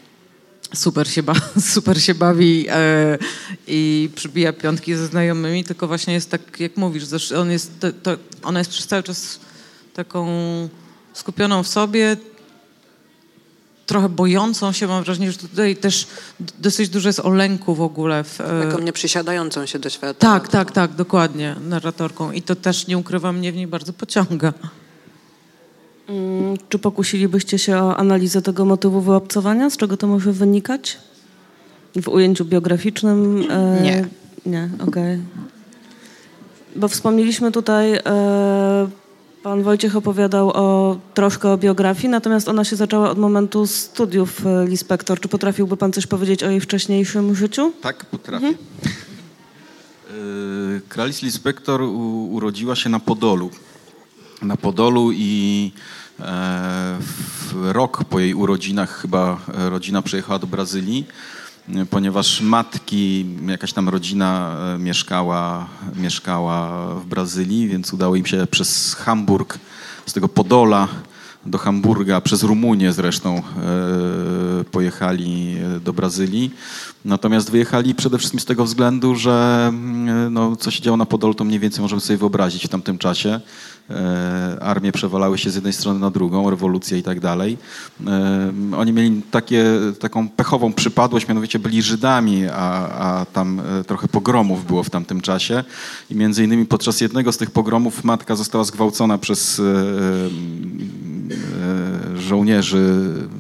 super się bawi i przybija piątki ze znajomymi, tylko właśnie jest tak, jak mówisz, ona jest przez cały czas taką skupioną w sobie, trochę bojącą się, mam wrażenie, że tutaj też dosyć dużo jest o lęku w ogóle. Taką nieprzysiadającą się do świata. Tak, dokładnie, narratorką. I to też, nie ukrywam, mnie w niej bardzo pociąga. Czy pokusilibyście się o analizę tego motywu wyobcowania? Z czego to może wynikać? W ujęciu biograficznym? Nie. Nie, okej. Bo wspomnieliśmy tutaj, pan Wojciech opowiadał troszkę o biografii, natomiast ona się zaczęła od momentu studiów Lispector. Czy potrafiłby pan coś powiedzieć o jej wcześniejszym życiu? Tak, potrafię. Clarice Lispector urodziła się na Podolu. I rok po jej urodzinach chyba rodzina przyjechała do Brazylii, ponieważ matki, jakaś tam rodzina mieszkała w Brazylii, więc udało im się przez Hamburg z tego Podola do Hamburga, przez Rumunię zresztą pojechali do Brazylii. Natomiast wyjechali przede wszystkim z tego względu, że no, co się działo na Podolu, to mniej więcej możemy sobie wyobrazić w tamtym czasie. Armie przewalały się z jednej strony na drugą, rewolucja i tak dalej. Oni mieli taką pechową przypadłość, mianowicie byli Żydami, a tam trochę pogromów było w tamtym czasie. I między innymi podczas jednego z tych pogromów matka została zgwałcona przez żołnierzy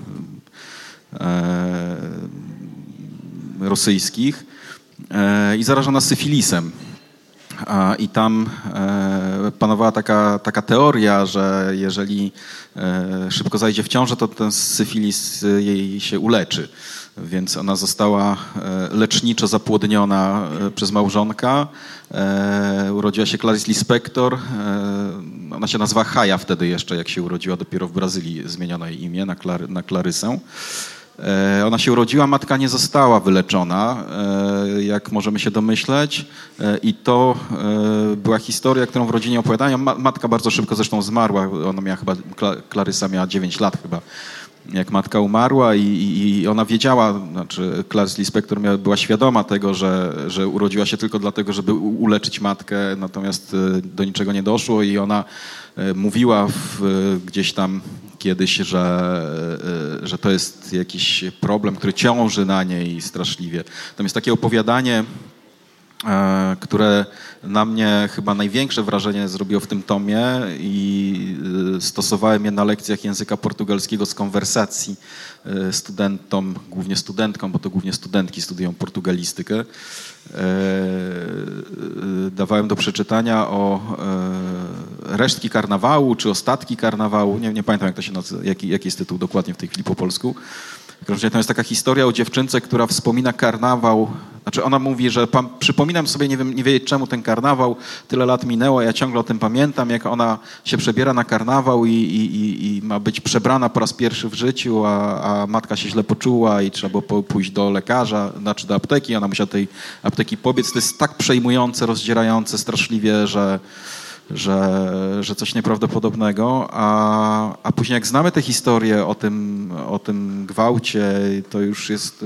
rosyjskich i zarażona syfilisem. I tam panowała taka teoria, że jeżeli szybko zajdzie w ciążę, to ten syfilis jej się uleczy. Więc ona została leczniczo zapłodniona przez małżonka. Urodziła się Clarice Lispector. Ona się nazywa Haja wtedy jeszcze, jak się urodziła. Dopiero w Brazylii zmieniono jej imię na Clarysę. Ona się urodziła, matka nie została wyleczona, jak możemy się domyśleć. I to była historia, którą w rodzinie opowiadają. Matka bardzo szybko zresztą zmarła. Ona miała chyba, Clarysa miała 9 lat chyba, jak matka umarła i ona wiedziała, znaczy Clarice Lispector była świadoma tego, że urodziła się tylko dlatego, żeby uleczyć matkę, natomiast do niczego nie doszło i ona mówiła gdzieś tam kiedyś, że to jest jakiś problem, który ciąży na niej straszliwie. Tam jest takie opowiadanie, które na mnie chyba największe wrażenie zrobiło w tym tomie i stosowałem je na lekcjach języka portugalskiego z konwersacji studentom, głównie studentkom, bo to głównie studentki studiują portugalistykę. Dawałem do przeczytania o resztki karnawału, czy ostatki karnawału. Nie pamiętam, jak to się nazywa, jaki jest tytuł dokładnie w tej chwili po polsku. To jest taka historia o dziewczynce, która wspomina karnawał. Znaczy ona mówi, że przypominam sobie, nie wiedzieć czemu ten karnawał, tyle lat minęło, ja ciągle o tym pamiętam, jak ona się przebiera na karnawał i ma być przebrana po raz pierwszy w życiu, a matka się źle poczuła i trzeba było pójść do lekarza, znaczy do apteki, ona musiała do tej apteki pobiec. To jest tak przejmujące, rozdzierające straszliwie, że coś nieprawdopodobnego, a później jak znamy tę historię o tym gwałcie, to już jest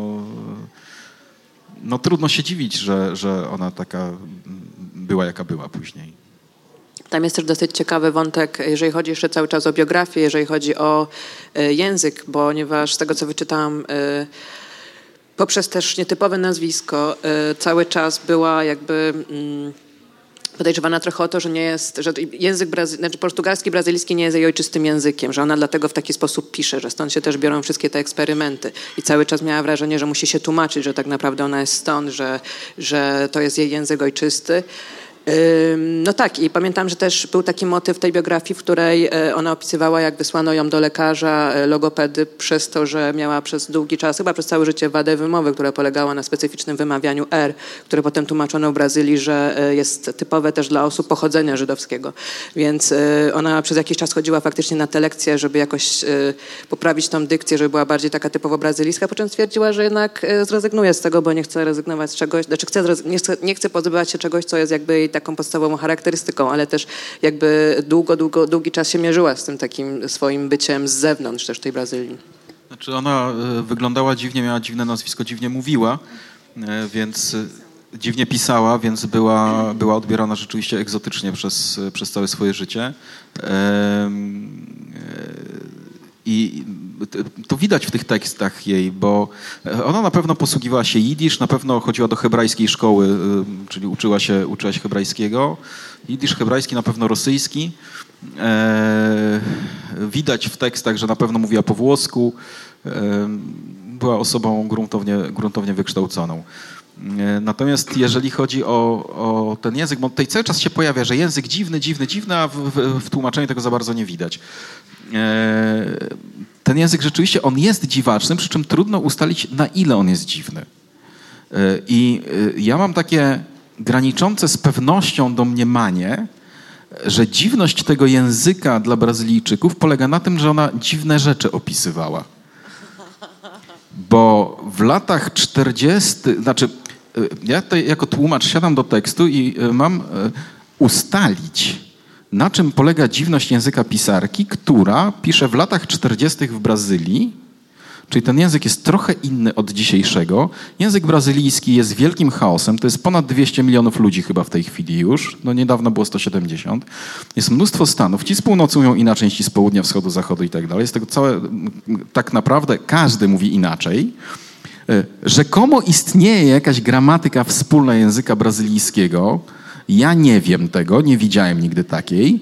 no trudno się dziwić, że ona taka była, jaka była później. Tam jest też dosyć ciekawy wątek, jeżeli chodzi jeszcze cały czas o biografię, jeżeli chodzi o język, ponieważ z tego, co wyczytałam, poprzez też nietypowe nazwisko, cały czas była jakby podejrzewana trochę o to, że język portugalski, brazylijski nie jest jej ojczystym językiem, że ona dlatego w taki sposób pisze, że stąd się też biorą wszystkie te eksperymenty. I cały czas miała wrażenie, że musi się tłumaczyć, że tak naprawdę ona jest stąd, że to jest jej język ojczysty. No tak, i pamiętam, że też był taki motyw tej biografii, w której ona opisywała, jak wysłano ją do lekarza, logopedy, przez to, że miała przez długi czas, chyba przez całe życie, wadę wymowy, która polegała na specyficznym wymawianiu R, które potem tłumaczono w Brazylii, że jest typowe też dla osób pochodzenia żydowskiego. Więc ona przez jakiś czas chodziła faktycznie na te lekcje, żeby jakoś poprawić tą dykcję, żeby była bardziej taka typowo brazylijska, po czym stwierdziła, że jednak zrezygnuje z tego, bo nie chce rezygnować z czegoś, znaczy nie chce pozbywać się czegoś, co jest jakby jej taką podstawową charakterystyką, ale też jakby długi czas się mierzyła z tym takim swoim byciem z zewnątrz też tej Brazylii. Znaczy ona wyglądała dziwnie, miała dziwne nazwisko, dziwnie mówiła, więc dziwnie pisała, więc była odbierana rzeczywiście egzotycznie przez całe swoje życie. I to widać w tych tekstach jej, bo ona na pewno posługiwała się jidysz, na pewno chodziła do hebrajskiej szkoły, czyli uczyła się hebrajskiego. Jidysz, hebrajski, na pewno rosyjski. Widać w tekstach, że na pewno mówiła po włosku. Była osobą gruntownie wykształconą. Natomiast jeżeli chodzi o ten język, bo tutaj cały czas się pojawia, że język dziwny, a w tłumaczeniu tego za bardzo nie widać. Ten język rzeczywiście, on jest dziwaczny, przy czym trudno ustalić, na ile on jest dziwny. I ja mam takie graniczące z pewnością domniemanie, że dziwność tego języka dla Brazylijczyków polega na tym, że ona dziwne rzeczy opisywała. Bo w latach 40, znaczy ja tutaj jako tłumacz siadam do tekstu i mam ustalić, na czym polega dziwność języka pisarki, która pisze w latach 40. w Brazylii, czyli ten język jest trochę inny od dzisiejszego. Język brazylijski jest wielkim chaosem, to jest ponad 200 milionów ludzi chyba w tej chwili już, no niedawno było 170. Jest mnóstwo stanów, ci z północy mówią inaczej, ci z południa, wschodu, zachodu i tak dalej. Jest tego całe, tak naprawdę każdy mówi inaczej. Rzekomo istnieje jakaś gramatyka wspólna języka brazylijskiego. Ja nie wiem tego, nie widziałem nigdy takiej.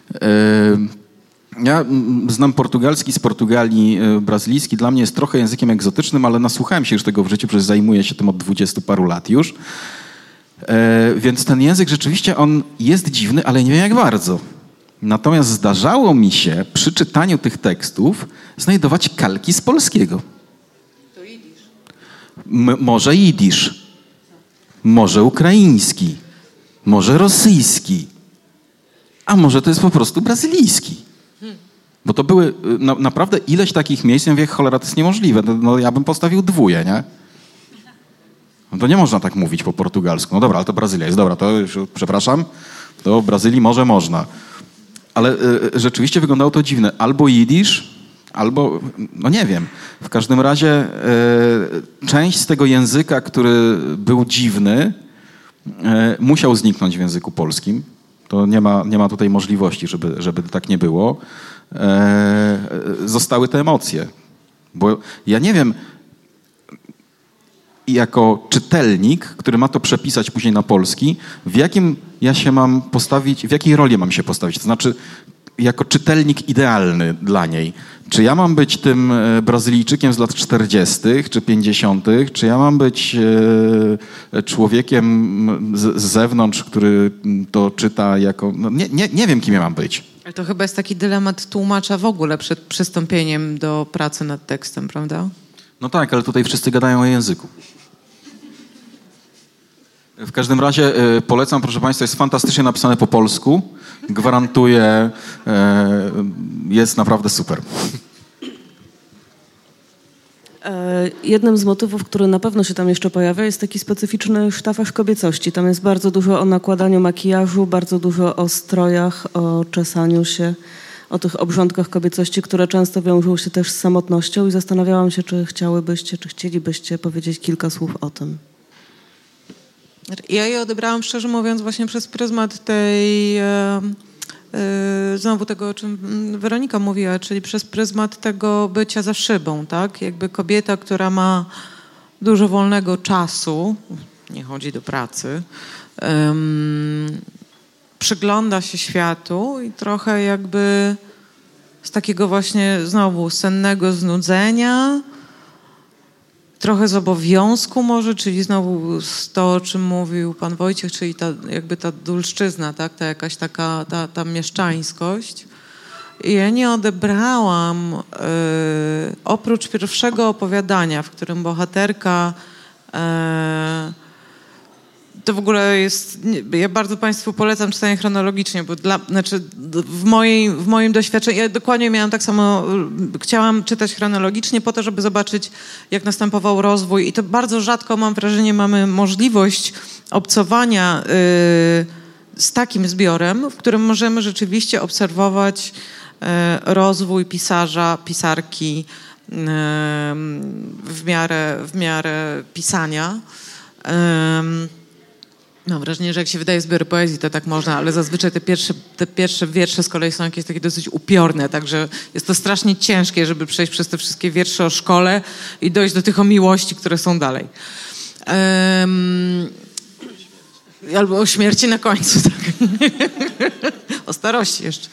Ja znam portugalski z Portugalii, brazylijski. Dla mnie jest trochę językiem egzotycznym, ale nasłuchałem się już tego w życiu, przecież zajmuję się tym od 20 paru lat już. Więc ten język rzeczywiście on jest dziwny, ale nie wiem jak bardzo. Natomiast zdarzało mi się przy czytaniu tych tekstów znajdować kalki z polskiego. To jidysz. Może jidysz, może ukraiński, może rosyjski, a może to jest po prostu brazylijski. Bo to były naprawdę ileś takich miejsc, ja mówię, cholera, to jest niemożliwe. No, ja bym postawił 2, nie? No to nie można tak mówić po portugalsku. No dobra, ale to Brazylia jest. Dobra, to już, przepraszam, to w Brazylii może można. Ale rzeczywiście wyglądało to dziwne. Albo jidysz, albo, no nie wiem. W każdym razie część z tego języka, który był dziwny, musiał zniknąć w języku polskim. To nie ma tutaj możliwości, żeby tak nie było. Zostały te emocje. Bo ja nie wiem, jako czytelnik, który ma to przepisać później na polski, w jakim ja się mam postawić, w jakiej roli mam się postawić? To znaczy, jako czytelnik idealny dla niej. Czy ja mam być tym Brazylijczykiem z lat 40. czy 50., czy ja mam być człowiekiem z zewnątrz, który to czyta jako... No nie wiem, kim ja mam być. Ale to chyba jest taki dylemat tłumacza w ogóle przed przystąpieniem do pracy nad tekstem, prawda? No tak, ale tutaj wszyscy gadają o języku. W każdym razie polecam, proszę Państwa, jest fantastycznie napisane po polsku. Gwarantuję, jest naprawdę super. Jednym z motywów, który na pewno się tam jeszcze pojawia, jest taki specyficzny sztafaż kobiecości. Tam jest bardzo dużo o nakładaniu makijażu, bardzo dużo o strojach, o czesaniu się, o tych obrządkach kobiecości, które często wiążą się też z samotnością i zastanawiałam się, czy chcielibyście powiedzieć kilka słów o tym. Ja je odebrałam, szczerze mówiąc, właśnie przez pryzmat tej, znowu tego, o czym Weronika mówiła, czyli przez pryzmat tego bycia za szybą, tak? Jakby kobieta, która ma dużo wolnego czasu, nie chodzi do pracy, przygląda się światu i trochę jakby z takiego właśnie znowu sennego znudzenia, trochę z obowiązku może, czyli znowu z to, o czym mówił pan Wojciech, czyli ta dulszczyzna, tak? Ta jakaś taka ta mieszczańskość. I ja nie odebrałam, oprócz pierwszego opowiadania, w którym bohaterka to w ogóle jest, ja bardzo Państwu polecam czytanie chronologicznie, bo w moim doświadczeniu, ja dokładnie miałam tak samo, chciałam czytać chronologicznie po to, żeby zobaczyć, jak następował rozwój i to bardzo rzadko, mam wrażenie, mamy możliwość obcowania z takim zbiorem, w którym możemy rzeczywiście obserwować rozwój pisarza, pisarki w miarę pisania. Mam wrażenie, że jak się wydaje zbiory poezji, to tak można, ale zazwyczaj te pierwsze wiersze z kolei są jakieś takie dosyć upiorne, także jest to strasznie ciężkie, żeby przejść przez te wszystkie wiersze o szkole i dojść do tych o miłości, które są dalej. Albo o śmierci na końcu, tak. O starości jeszcze.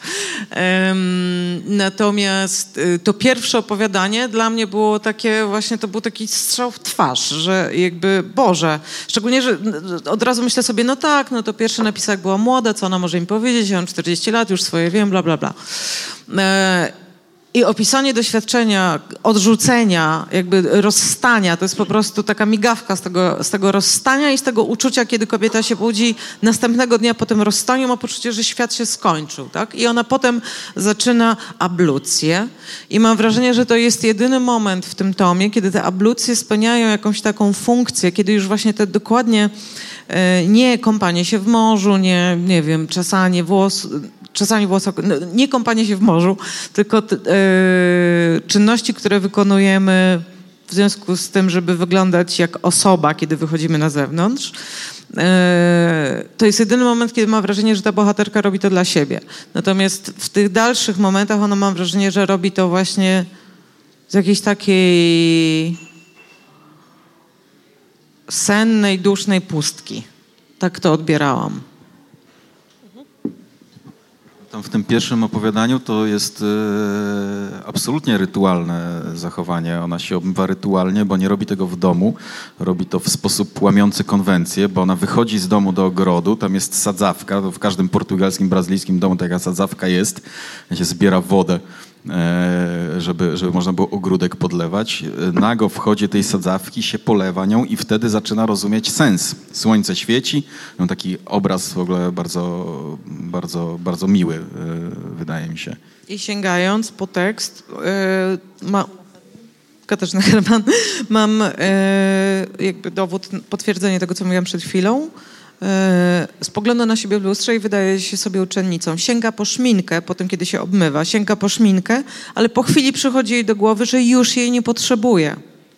Natomiast to pierwsze opowiadanie dla mnie było takie właśnie, to był taki strzał w twarz, że jakby, Boże, szczególnie, że od razu myślę sobie, no tak, no to pierwszy napisał, jak była młoda, co ona może im powiedzieć, ja mam 40 lat, już swoje wiem, bla, bla, bla. I opisanie doświadczenia, odrzucenia, jakby rozstania, to jest po prostu taka migawka z tego rozstania i z tego uczucia, kiedy kobieta się budzi następnego dnia po tym rozstaniu, ma poczucie, że świat się skończył, tak? I ona potem zaczyna ablucję i mam wrażenie, że to jest jedyny moment w tym tomie, kiedy te ablucje spełniają jakąś taką funkcję, kiedy już właśnie te dokładnie nie kąpanie się w morzu, nie wiem, czesanie włosów, czasami nie kąpanie się w morzu, tylko czynności, które wykonujemy w związku z tym, żeby wyglądać jak osoba, kiedy wychodzimy na zewnątrz. To jest jedyny moment, kiedy mam wrażenie, że ta bohaterka robi to dla siebie. Natomiast w tych dalszych momentach ona mam wrażenie, że robi to właśnie z jakiejś takiej sennej, dusznej pustki. Tak to odbierałam. Tam w tym pierwszym opowiadaniu to jest absolutnie rytualne zachowanie. Ona się obmywa rytualnie, bo nie robi tego w domu. Robi to w sposób łamiący konwencję, bo ona wychodzi z domu do ogrodu, tam jest sadzawka. W każdym portugalskim, brazylijskim domu taka sadzawka jest. Się zbiera wodę, żeby można było ogródek podlewać. Nago wchodzi tej sadzawki, się polewa nią i wtedy zaczyna rozumieć sens. Słońce świeci. No taki obraz w ogóle bardzo, bardzo, bardzo miły, wydaje mi się. I sięgając po tekst, Katarzyna Herman, mam jakby dowód, potwierdzenie tego, co mówiłam przed chwilą. Spogląda na siebie w lustrze i wydaje się sobie uczennicą. Sięga po szminkę, potem kiedy się obmywa, sięga po szminkę, ale po chwili przychodzi jej do głowy, że już jej nie potrzebuje.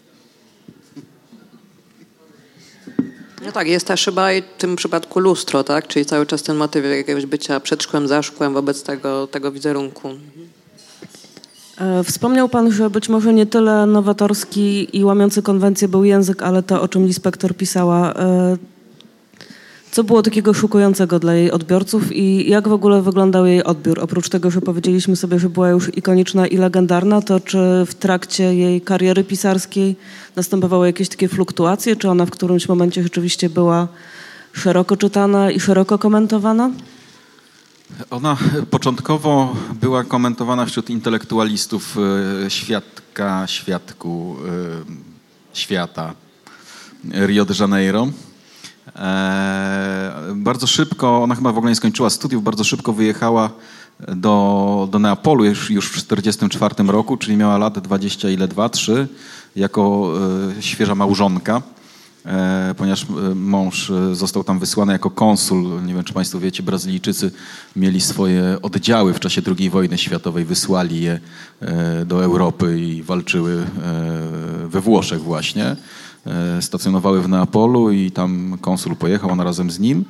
No tak, jest też chyba i w tym przypadku lustro, tak? Czyli cały czas ten motyw jakiegoś bycia przed szkłem, za szkłem wobec tego wizerunku. Wspomniał pan, że być może nie tyle nowatorski i łamiący konwencję był język, ale to, o czym Lispector pisała. Co było takiego szokującego dla jej odbiorców i jak w ogóle wyglądał jej odbiór? Oprócz tego, że powiedzieliśmy sobie, że była już ikoniczna i legendarna, to czy w trakcie jej kariery pisarskiej następowały jakieś takie fluktuacje? Czy ona w którymś momencie rzeczywiście była szeroko czytana i szeroko komentowana? Ona początkowo była komentowana wśród intelektualistów świata Rio de Janeiro. Bardzo szybko, ona chyba w ogóle nie skończyła studiów, bardzo szybko wyjechała do Neapolu już w 1944 roku, czyli miała lat 3, jako świeża małżonka, ponieważ mąż został tam wysłany jako konsul. Nie wiem, czy państwo wiecie, Brazylijczycy mieli swoje oddziały w czasie II wojny światowej, wysłali je do Europy i walczyły we Włoszech właśnie. Stacjonowały w Neapolu i tam konsul pojechał, ona razem z nim.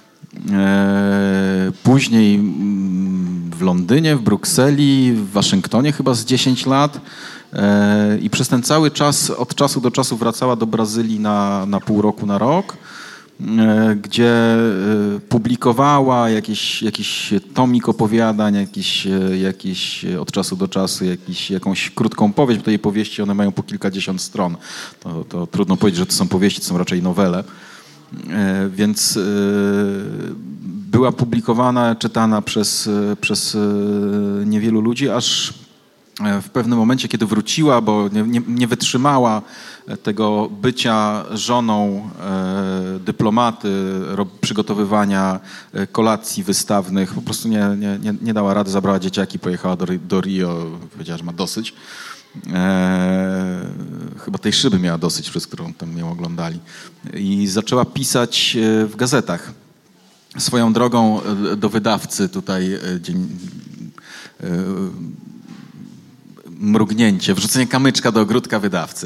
Później w Londynie, w Brukseli, w Waszyngtonie chyba z 10 lat i przez ten cały czas, od czasu do czasu wracała do Brazylii na pół roku, na rok, gdzie publikowała jakiś tomik opowiadań, jakiś od czasu do czasu jakąś krótką powieść, bo te jej powieści, one mają po kilkadziesiąt stron. To trudno powiedzieć, że to są powieści, to są raczej nowele. Więc była publikowana, czytana przez niewielu ludzi, aż w pewnym momencie, kiedy wróciła, bo nie wytrzymała tego bycia żoną dyplomaty, przygotowywania kolacji wystawnych, po prostu nie dała rady, zabrała dzieciaki, pojechała do Rio, powiedziała, że ma dosyć. Chyba tej szyby miała dosyć, przez którą tam ją oglądali. I zaczęła pisać w gazetach. Swoją drogą do wydawcy tutaj mrugnięcie, wrzucenie kamyczka do ogródka wydawcy.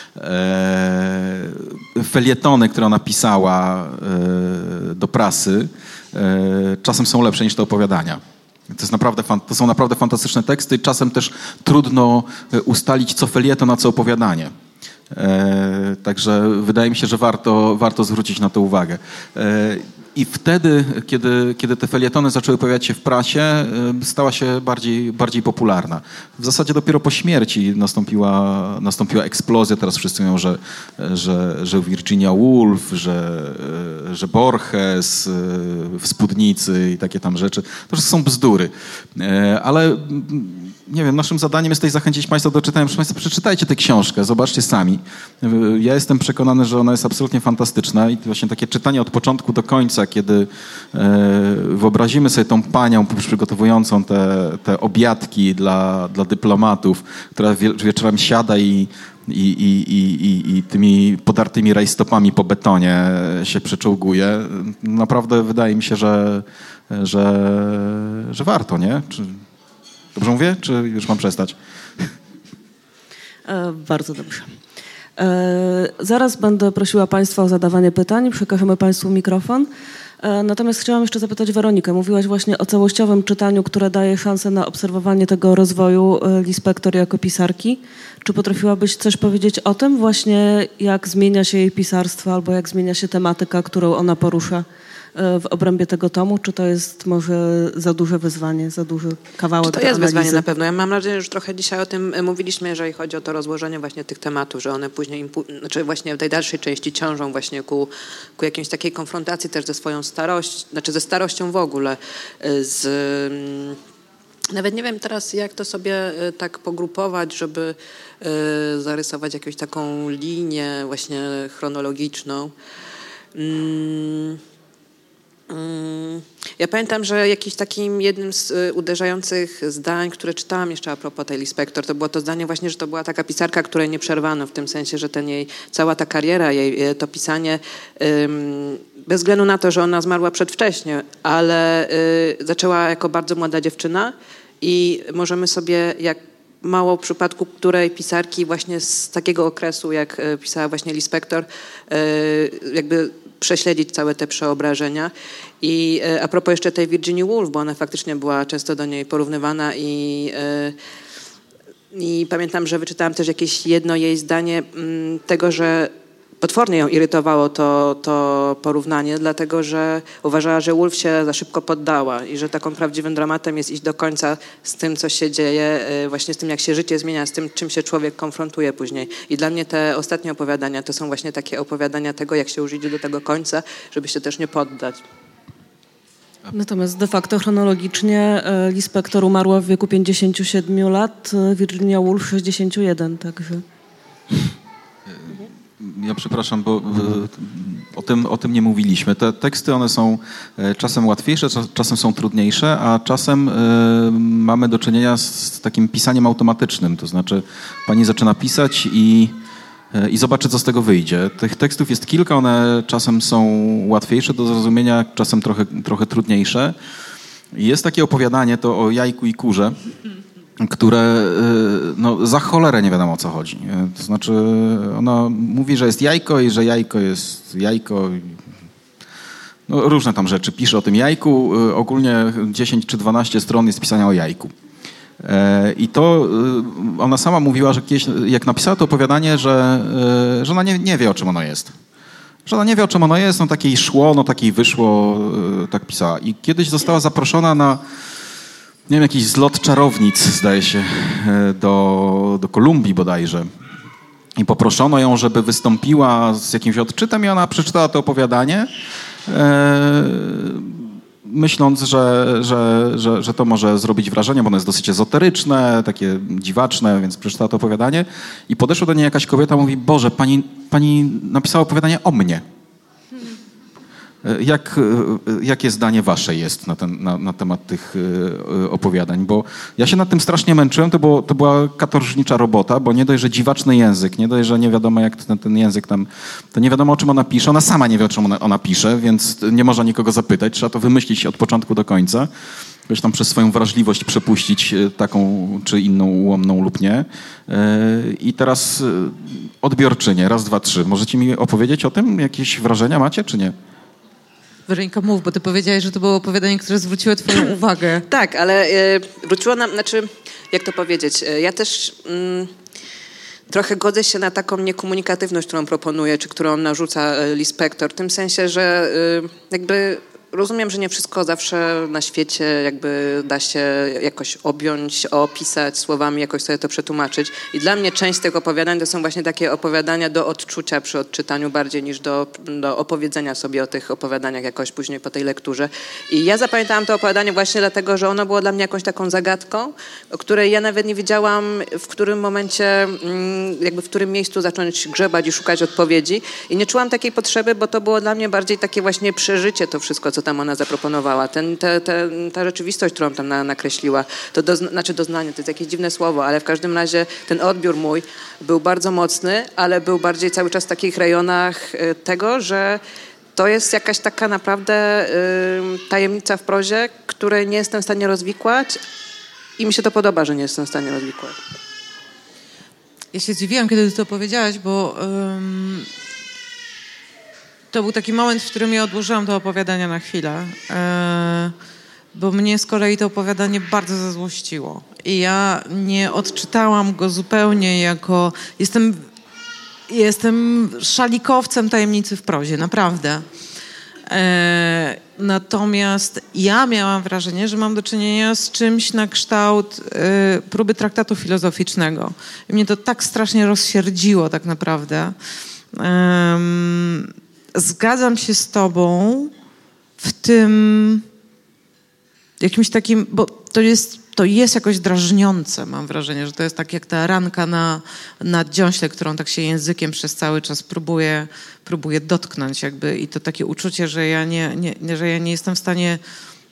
Felietony, które ona pisała do prasy, czasem są lepsze niż te opowiadania. To są naprawdę fantastyczne teksty i czasem też trudno ustalić, co felieton, a co opowiadanie. Także wydaje mi się, że warto zwrócić na to uwagę. I wtedy, kiedy te felietony zaczęły pojawiać się w prasie, stała się bardziej popularna. W zasadzie dopiero po śmierci nastąpiła eksplozja. Teraz wszyscy mówią, że Virginia Woolf, że Borges w Spódnicy i takie tam rzeczy. To wszystko są bzdury. Ale nie wiem, naszym zadaniem jest tutaj zachęcić państwa do czytania. Proszę państwa, przeczytajcie tę książkę, zobaczcie sami. Ja jestem przekonany, że ona jest absolutnie fantastyczna i właśnie takie czytanie od początku do końca, kiedy wyobrazimy sobie tą panią przygotowującą te obiadki dla dyplomatów, która wieczorem siada i tymi podartymi rajstopami po betonie się przeczołguje. Naprawdę wydaje mi się, że warto, nie? Dobrze mówię, czy już mam przestać? Bardzo dobrze. Zaraz będę prosiła Państwa o zadawanie pytań. Przekażemy Państwu mikrofon. Natomiast chciałam jeszcze zapytać Weronikę. Mówiłaś właśnie o całościowym czytaniu, które daje szansę na obserwowanie tego rozwoju Lispector jako pisarki. Czy potrafiłabyś coś powiedzieć o tym właśnie, jak zmienia się jej pisarstwo albo jak zmienia się tematyka, którą ona porusza w obrębie tego tomu? Czy to jest może za duże wyzwanie, za duży kawałek to jest analizy? wyzwanie na pewno. Ja mam nadzieję, że już trochę dzisiaj o tym mówiliśmy, jeżeli chodzi o to rozłożenie właśnie tych tematów, że one później, właśnie w tej dalszej części ciążą właśnie ku jakiejś takiej konfrontacji też ze swoją starością, ze starością w ogóle, nawet nie wiem teraz, jak to sobie tak pogrupować, żeby zarysować jakąś taką linię właśnie chronologiczną. Ja pamiętam, że jakimś takim jednym z uderzających zdań, które czytałam jeszcze a propos tej Lispector, to było to zdanie właśnie, że to była taka pisarka, której nie przerwano, w tym sensie, że cała ta kariera jej, to pisanie, bez względu na to, że ona zmarła przedwcześnie, ale zaczęła jako bardzo młoda dziewczyna i możemy sobie, jak mało w przypadku której pisarki właśnie z takiego okresu, jak pisała właśnie Lispector, jakby prześledzić całe te przeobrażenia. I a propos jeszcze tej Virginia Woolf, bo ona faktycznie była często do niej porównywana i pamiętam, że wyczytałam też jakieś jedno jej zdanie tego, że potwornie ją irytowało to porównanie, dlatego że uważała, że Woolf się za szybko poddała i że taką prawdziwym dramatem jest iść do końca z tym, co się dzieje, właśnie z tym, jak się życie zmienia, z tym, czym się człowiek konfrontuje później. I dla mnie te ostatnie opowiadania to są właśnie takie opowiadania tego, jak się już idzie do tego końca, żeby się też nie poddać. Natomiast de facto chronologicznie Lispector umarła w wieku 57 lat, Virginia Woolf 61, także... Ja przepraszam, bo o tym nie mówiliśmy. Te teksty, one są czasem łatwiejsze, czasem są trudniejsze, a czasem mamy do czynienia z takim pisaniem automatycznym. To znaczy pani zaczyna pisać i zobaczy, co z tego wyjdzie. Tych tekstów jest kilka, one czasem są łatwiejsze do zrozumienia, czasem trochę trudniejsze. Jest takie opowiadanie, to o jajku i kurze, które za cholerę nie wiadomo, o co chodzi. To znaczy ona mówi, że jest jajko i że jajko jest jajko. No, różne tam rzeczy pisze o tym jajku. Ogólnie 10 czy 12 stron jest pisania o jajku. I to ona sama mówiła, że kiedyś, jak napisała to opowiadanie, że ona nie wie, o czym ono jest. Że ona nie wie, o czym ono jest, takie jej szło, takie jej wyszło, tak pisała. I kiedyś została zaproszona na nie wiem, jakiś zlot czarownic, zdaje się, do Kolumbii bodajże. I poproszono ją, żeby wystąpiła z jakimś odczytem i ona przeczytała to opowiadanie, myśląc, że to może zrobić wrażenie, bo ono jest dosyć ezoteryczne, takie dziwaczne, więc przeczytała to opowiadanie i podeszła do niej jakaś kobieta, mówi: Boże, pani napisała opowiadanie o mnie. Jakie zdanie wasze jest na temat tych opowiadań? Bo ja się nad tym strasznie męczyłem, to była katorżnicza robota, bo nie dość, że dziwaczny język, nie dość, że nie wiadomo, jak ten język tam, to nie wiadomo, o czym ona pisze. Ona sama nie wie, o czym ona pisze, więc nie można nikogo zapytać. Trzeba to wymyślić od początku do końca. Wiesz, tam przez swoją wrażliwość przepuścić taką czy inną ułomną lub nie. I teraz odbiorczynie, raz, dwa, trzy. Możecie mi opowiedzieć o tym? Jakieś wrażenia macie, czy nie? Weronika, mów, bo ty powiedziałaś, że to było opowiadanie, które zwróciło twoją uwagę. Tak, ale wróciło nam, jak to powiedzieć, ja też trochę godzę się na taką niekomunikatywność, którą proponuje, czy którą narzuca Lispector, w tym sensie, że jakby rozumiem, że nie wszystko zawsze na świecie jakby da się jakoś objąć, opisać słowami, jakoś sobie to przetłumaczyć. I dla mnie część tych opowiadań to są właśnie takie opowiadania do odczucia przy odczytaniu bardziej niż do opowiedzenia sobie o tych opowiadaniach jakoś później po tej lekturze. I ja zapamiętałam to opowiadanie właśnie dlatego, że ono było dla mnie jakąś taką zagadką, o której ja nawet nie wiedziałam, w którym momencie, jakby w którym miejscu zacząć grzebać i szukać odpowiedzi. I nie czułam takiej potrzeby, bo to było dla mnie bardziej takie właśnie przeżycie, to wszystko, co tam ona zaproponowała. Ta rzeczywistość, którą tam nakreśliła, to doznanie, to jest jakieś dziwne słowo, ale w każdym razie ten odbiór mój był bardzo mocny, ale był bardziej cały czas w takich rejonach tego, że to jest jakaś taka naprawdę tajemnica w prozie, której nie jestem w stanie rozwikłać i mi się to podoba, że nie jestem w stanie rozwikłać. Ja się zdziwiłam, kiedy ty to powiedziałaś, bo to był taki moment, w którym ja odłożyłam to opowiadanie na chwilę, bo mnie z kolei to opowiadanie bardzo zazłościło. I ja nie odczytałam go zupełnie jako... Jestem szalikowcem tajemnicy w prozie, naprawdę. Natomiast ja miałam wrażenie, że mam do czynienia z czymś na kształt próby traktatu filozoficznego. I mnie to tak strasznie rozsierdziło tak naprawdę. Zgadzam się z tobą w tym jakimś takim, bo to jest jakoś drażniące, mam wrażenie, że to jest tak jak ta ranka na dziąśle, którą tak się językiem przez cały czas próbuje dotknąć jakby i to takie uczucie, że ja nie jestem w stanie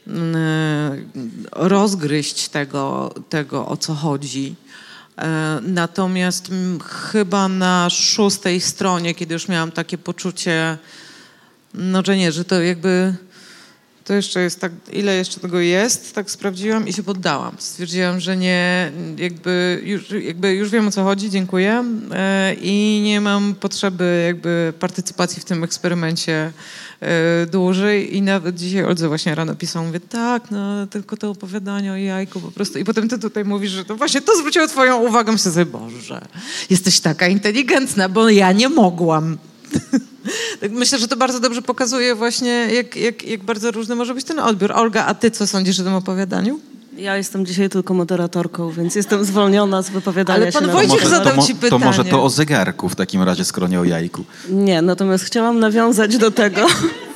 rozgryźć tego o co chodzi. Natomiast chyba na 6. stronie, kiedy już miałam takie poczucie, że to jakby... To jeszcze jest tak, ile jeszcze tego jest, tak sprawdziłam i się poddałam. Stwierdziłam, że nie, już wiem o co chodzi, dziękuję i nie mam potrzeby jakby partycypacji w tym eksperymencie dłużej i nawet dzisiaj Oldze właśnie rano pisałam, mówię, tak, no tylko to opowiadanie o jajku po prostu i potem ty tutaj mówisz, że to właśnie to zwróciło twoją uwagę, myślę sobie, Boże, jesteś taka inteligentna, bo ja nie mogłam. Myślę, że to bardzo dobrze pokazuje właśnie, jak bardzo różny może być ten odbiór. Olga, a ty co sądzisz o tym opowiadaniu? Ja jestem dzisiaj tylko moderatorką, więc jestem zwolniona z wypowiadania się. Ale pan Wojciech zadał ci pytanie. To może to o zegarku w takim razie, skoro nie o jajku. Nie, natomiast chciałam nawiązać do tego...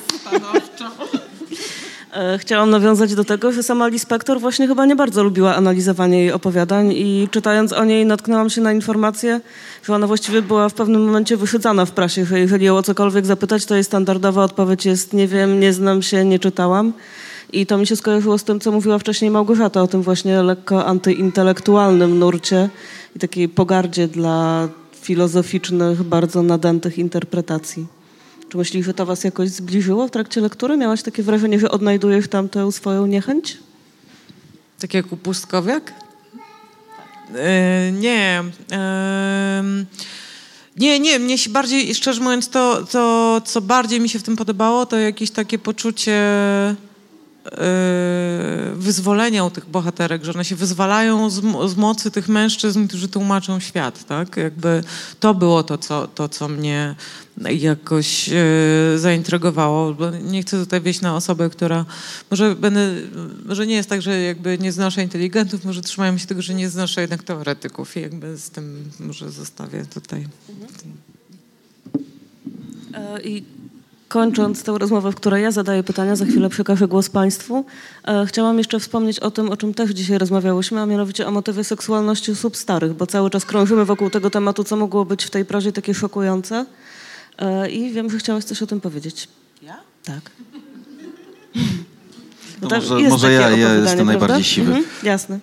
Chciałam nawiązać do tego, że sama Lispector właśnie chyba nie bardzo lubiła analizowanie jej opowiadań i czytając o niej natknęłam się na informację, że ona właściwie była w pewnym momencie wyszydzana w prasie, że jeżeli ją o cokolwiek zapytać, to jej standardowa odpowiedź jest nie wiem, nie znam się, nie czytałam. I to mi się skojarzyło z tym, co mówiła wcześniej Małgorzata, o tym właśnie lekko antyintelektualnym nurcie i takiej pogardzie dla filozoficznych, bardzo nadętych interpretacji. Czy myślisz, że to was jakoś zbliżyło w trakcie lektury? Miałaś takie wrażenie, że odnajdujesz tam tę swoją niechęć? Tak jak u Pustkowiak? Nie. Nie, mnie się bardziej, szczerze mówiąc, to co bardziej mi się w tym podobało, to jakieś takie poczucie wyzwolenia u tych bohaterek, że one się wyzwalają z mocy tych mężczyzn, którzy tłumaczą świat, tak? Jakby to było to, co mnie jakoś zaintrygowało, bo nie chcę tutaj wejść na osobę, która może nie jest tak, że jakby nie znoszę inteligentów, może trzymają się tego, że nie znoszę jednak teoretyków i jakby z tym może zostawię tutaj. I kończąc tę rozmowę, w której ja zadaję pytania, za chwilę przekażę głos państwu, chciałam jeszcze wspomnieć o tym, o czym też dzisiaj rozmawiałyśmy, a mianowicie o motywie seksualności osób starych, bo cały czas krążymy wokół tego tematu, co mogło być w tej prozie takie szokujące. I wiem, że chciałaś coś o tym powiedzieć. Ja? Tak. Może ja jestem najbardziej siwy. Jasne.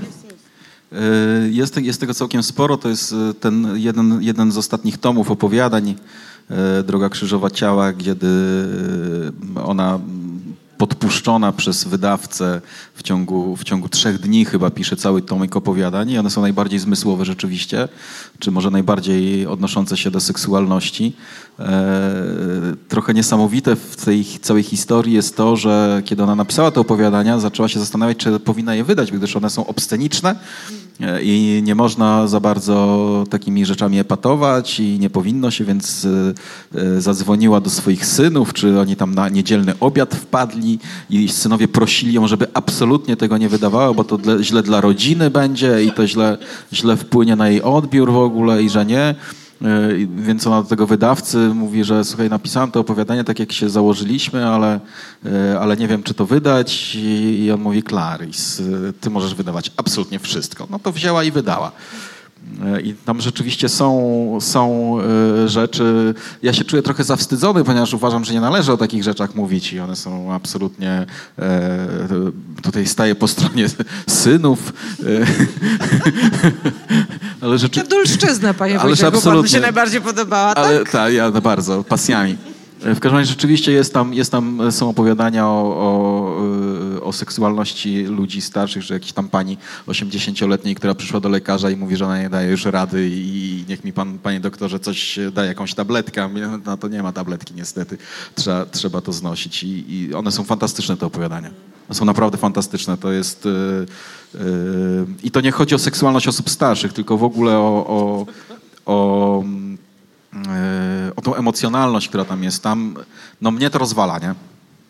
Jest tego całkiem sporo. To jest ten jeden z ostatnich tomów opowiadań Droga krzyżowa ciała, kiedy ona podpuszczona przez wydawcę w ciągu 3 dni chyba pisze cały tomik opowiadań i one są najbardziej zmysłowe rzeczywiście, czy może najbardziej odnoszące się do seksualności. Trochę niesamowite w tej całej historii jest to, że kiedy ona napisała te opowiadania, zaczęła się zastanawiać, czy powinna je wydać, gdyż one są obsceniczne i nie można za bardzo takimi rzeczami epatować i nie powinno się, więc zadzwoniła do swoich synów, czy oni tam na niedzielny obiad wpadli i synowie prosili ją, żeby absolutnie tego nie wydawała, bo to źle dla rodziny będzie i to źle wpłynie na jej odbiór w ogóle i że nie. Więc ona do tego wydawcy mówi, że słuchaj, napisałem to opowiadanie tak, jak się założyliśmy, ale nie wiem, czy to wydać. I on mówi, Clarice, ty możesz wydawać absolutnie wszystko. No to wzięła i wydała. I tam rzeczywiście są rzeczy... Ja się czuję trochę zawstydzony, ponieważ uważam, że nie należy o takich rzeczach mówić i one są absolutnie... Tutaj staję po stronie synów. Ale To dulszczyzna, panie Wojciechu, panu się najbardziej podobała, tak? Ale tak, ja bardzo, pasjami. W każdym razie rzeczywiście są opowiadania o seksualności ludzi starszych, że jakiś tam pani 80-letniej, która przyszła do lekarza i mówi, że ona nie daje już rady i niech mi pan, panie doktorze, coś da, jakąś tabletkę. No to nie ma tabletki niestety, trzeba to znosić. I one są fantastyczne, te opowiadania. Są naprawdę fantastyczne. To jest... I to nie chodzi o seksualność osób starszych, tylko w ogóle o tą emocjonalność, która tam jest. Tam, no mnie to rozwala, nie?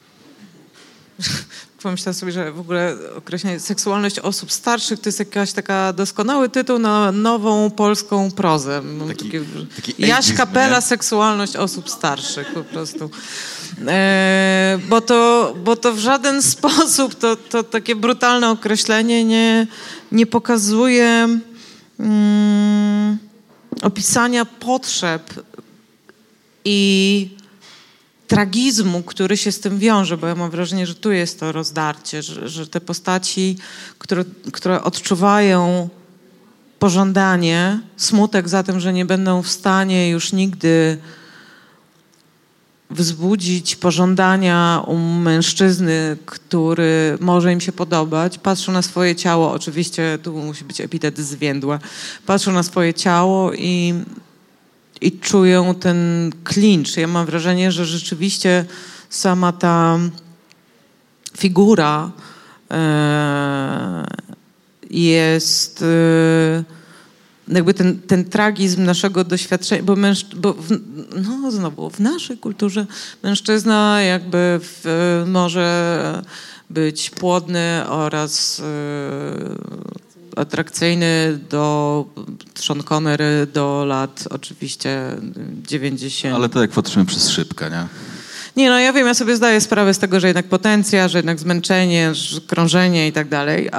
Pomyślałam sobie, że w ogóle określenie seksualność osób starszych to jest jakaś taka doskonały tytuł na nową polską prozę. Taki Jaś Kapela, nie? seksualność osób starszych po prostu. Bo to w żaden sposób to takie brutalne określenie nie pokazuje opisania potrzeb i tragizmu, który się z tym wiąże, bo ja mam wrażenie, że tu jest to rozdarcie, że te postaci, które odczuwają pożądanie, smutek za tym, że nie będą w stanie już nigdy wzbudzić pożądania u mężczyzny, który może im się podobać, patrzą na swoje ciało, oczywiście tu musi być epitet zwiędłe, patrzą na swoje ciało i czują ten klincz. Ja mam wrażenie, że rzeczywiście sama ta figura jest jakby ten tragizm naszego doświadczenia, bo znowu w naszej kulturze mężczyzna jakby może być płodny oraz atrakcyjny do Sean Connery do lat oczywiście 90. Ale to jak patrzymy przez szybkę, nie? Nie, no ja wiem, ja sobie zdaję sprawę z tego, że jednak potencja, że jednak zmęczenie, że krążenie i tak dalej,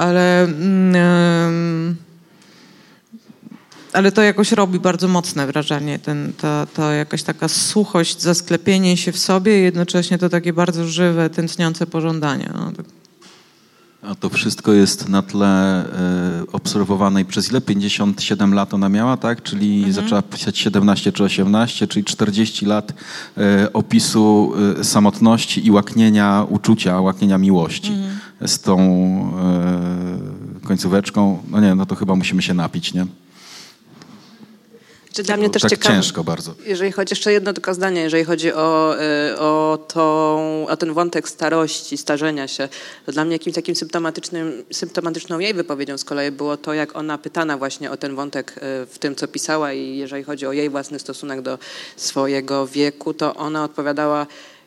ale to jakoś robi bardzo mocne wrażenie, to jakaś taka suchość, zasklepienie się w sobie i jednocześnie to takie bardzo żywe, tętniące pożądanie. No, tak. A to wszystko jest na tle obserwowanej przez ile? 57 lat ona miała, tak? Czyli zaczęła pisać 17 czy 18, czyli 40 lat opisu samotności i łaknienia uczucia, łaknienia miłości. Z tą końcóweczką, no nie, no to chyba musimy się napić, nie? Czy dla mnie też tak ciekawe, ciężko bardzo. Jeżeli chodzi, jeszcze jedno tylko zdanie, jeżeli chodzi o ten wątek starości, starzenia się, to dla mnie jakimś takim symptomatyczną jej wypowiedzią z kolei było to, jak ona pytana właśnie o ten wątek w tym, co pisała i jeżeli chodzi o jej własny stosunek do swojego wieku, to ona odpowiadała,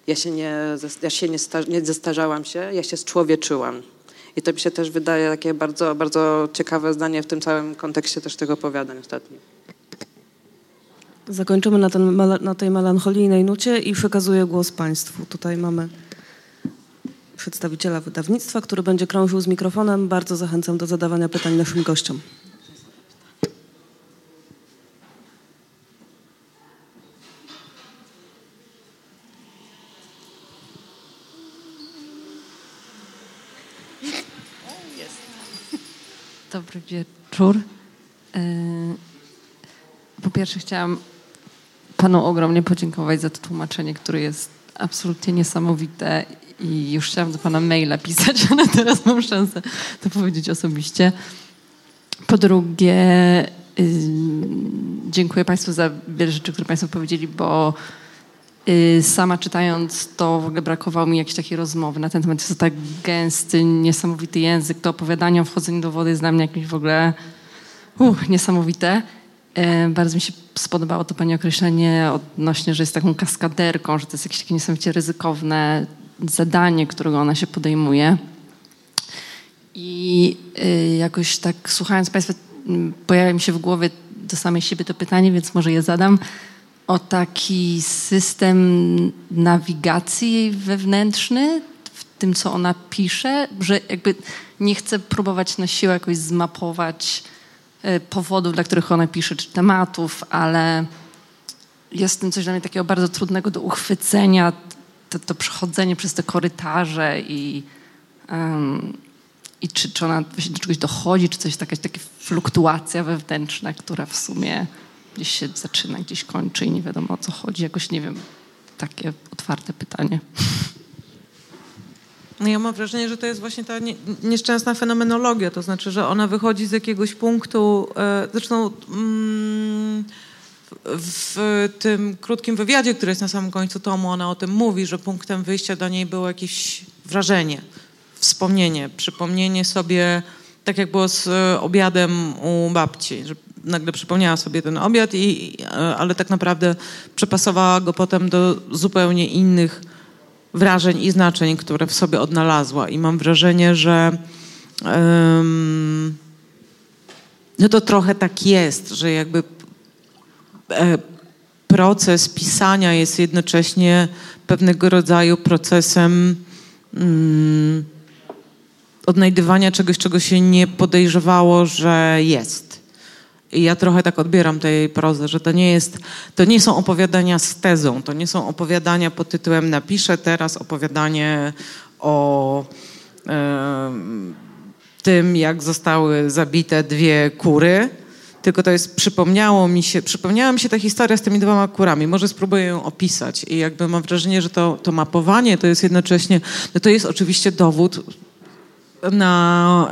nie zestarzałam się, ja się zczłowieczyłam. I to mi się też wydaje takie bardzo, bardzo ciekawe zdanie w tym całym kontekście też tych opowiadań ostatnich. Zakończymy na tej melancholijnej nucie i przekazuję głos Państwu. Tutaj mamy przedstawiciela wydawnictwa, który będzie krążył z mikrofonem. Bardzo zachęcam do zadawania pytań naszym gościom. Dobry wieczór. Po pierwsze chciałam panu ogromnie podziękować za to tłumaczenie, które jest absolutnie niesamowite i już chciałam do pana maila pisać, ale teraz mam szansę to powiedzieć osobiście. Po drugie, dziękuję państwu za wiele rzeczy, które państwo powiedzieli, bo sama czytając to w ogóle brakowało mi jakiejś takiej rozmowy na ten temat. Jest to tak gęsty, niesamowity język, to opowiadanie o wchodzeniu do wody jest dla mnie jakimś w ogóle Niesamowite. Bardzo mi się spodobało to pani określenie odnośnie, że jest taką kaskaderką, że to jest jakieś takie niesamowicie ryzykowne zadanie, którego ona się podejmuje. I jakoś tak słuchając państwa, pojawia mi się w głowie do samej siebie to pytanie, więc może je zadam, o taki system nawigacji jej wewnętrzny w tym, co ona pisze, że jakby nie chcę próbować na siłę jakoś zmapować powodów, dla których ona pisze, czy tematów, ale jest w tym coś dla mnie takiego bardzo trudnego do uchwycenia, to przechodzenie przez te korytarze i czy ona właśnie do czegoś dochodzi, czy coś taka fluktuacja wewnętrzna, która w sumie gdzieś się zaczyna, gdzieś kończy i nie wiadomo, o co chodzi. Jakoś, nie wiem, takie otwarte pytanie. No ja mam wrażenie, że to jest właśnie ta nieszczęsna fenomenologia, to znaczy, że ona wychodzi z jakiegoś punktu, zresztą w tym krótkim wywiadzie, który jest na samym końcu tomu, ona o tym mówi, że punktem wyjścia do niej było jakieś wrażenie, wspomnienie, przypomnienie sobie, tak jak było z obiadem u babci, że nagle przypomniała sobie ten obiad, ale tak naprawdę przepasowała go potem do zupełnie innych wrażeń i znaczeń, które w sobie odnalazła. I mam wrażenie, że no to trochę tak jest, że jakby proces pisania jest jednocześnie pewnego rodzaju procesem odnajdywania czegoś, czego się nie podejrzewało, że jest. I ja trochę tak odbieram tej prozy, że to nie są opowiadania z tezą, to nie są opowiadania pod tytułem napiszę teraz opowiadanie o tym, jak zostały zabite 2 kury, tylko to jest, przypomniała mi się ta historia z tymi 2 kurami. Może spróbuję ją opisać i jakby mam wrażenie, że to mapowanie to jest jednocześnie, no to jest oczywiście dowód na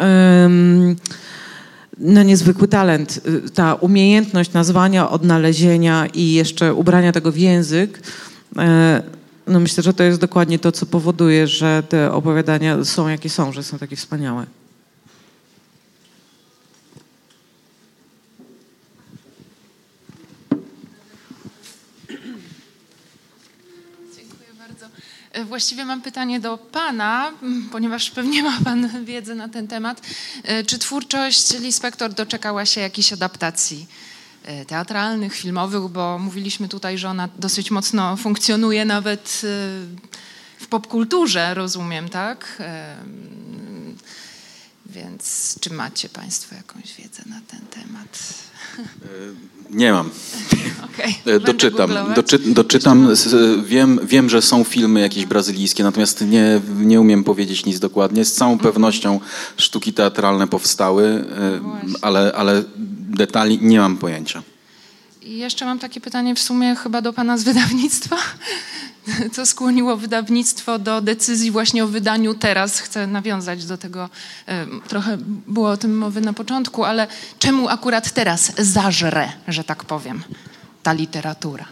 niezwykły talent. Ta umiejętność nazwania, odnalezienia i jeszcze ubrania tego w język, no myślę, że to jest dokładnie to, co powoduje, że te opowiadania są jakie są, że są takie wspaniałe. Właściwie mam pytanie do pana, ponieważ pewnie ma pan wiedzę na ten temat. Czy twórczość Lispector doczekała się jakichś adaptacji teatralnych, filmowych, bo mówiliśmy tutaj, że ona dosyć mocno funkcjonuje nawet w popkulturze, rozumiem, tak? Więc czy macie państwo jakąś wiedzę na ten temat? Nie mam. Okay. Doczytam. Wiem, że są filmy jakieś brazylijskie, natomiast nie umiem powiedzieć nic dokładnie. Z całą pewnością sztuki teatralne powstały, ale detali nie mam pojęcia. I jeszcze mam takie pytanie w sumie chyba do pana z wydawnictwa. Co skłoniło wydawnictwo do decyzji właśnie o wydaniu teraz? Chcę nawiązać do tego, trochę było o tym mowy na początku, ale czemu akurat teraz zażre, że tak powiem, ta literatura?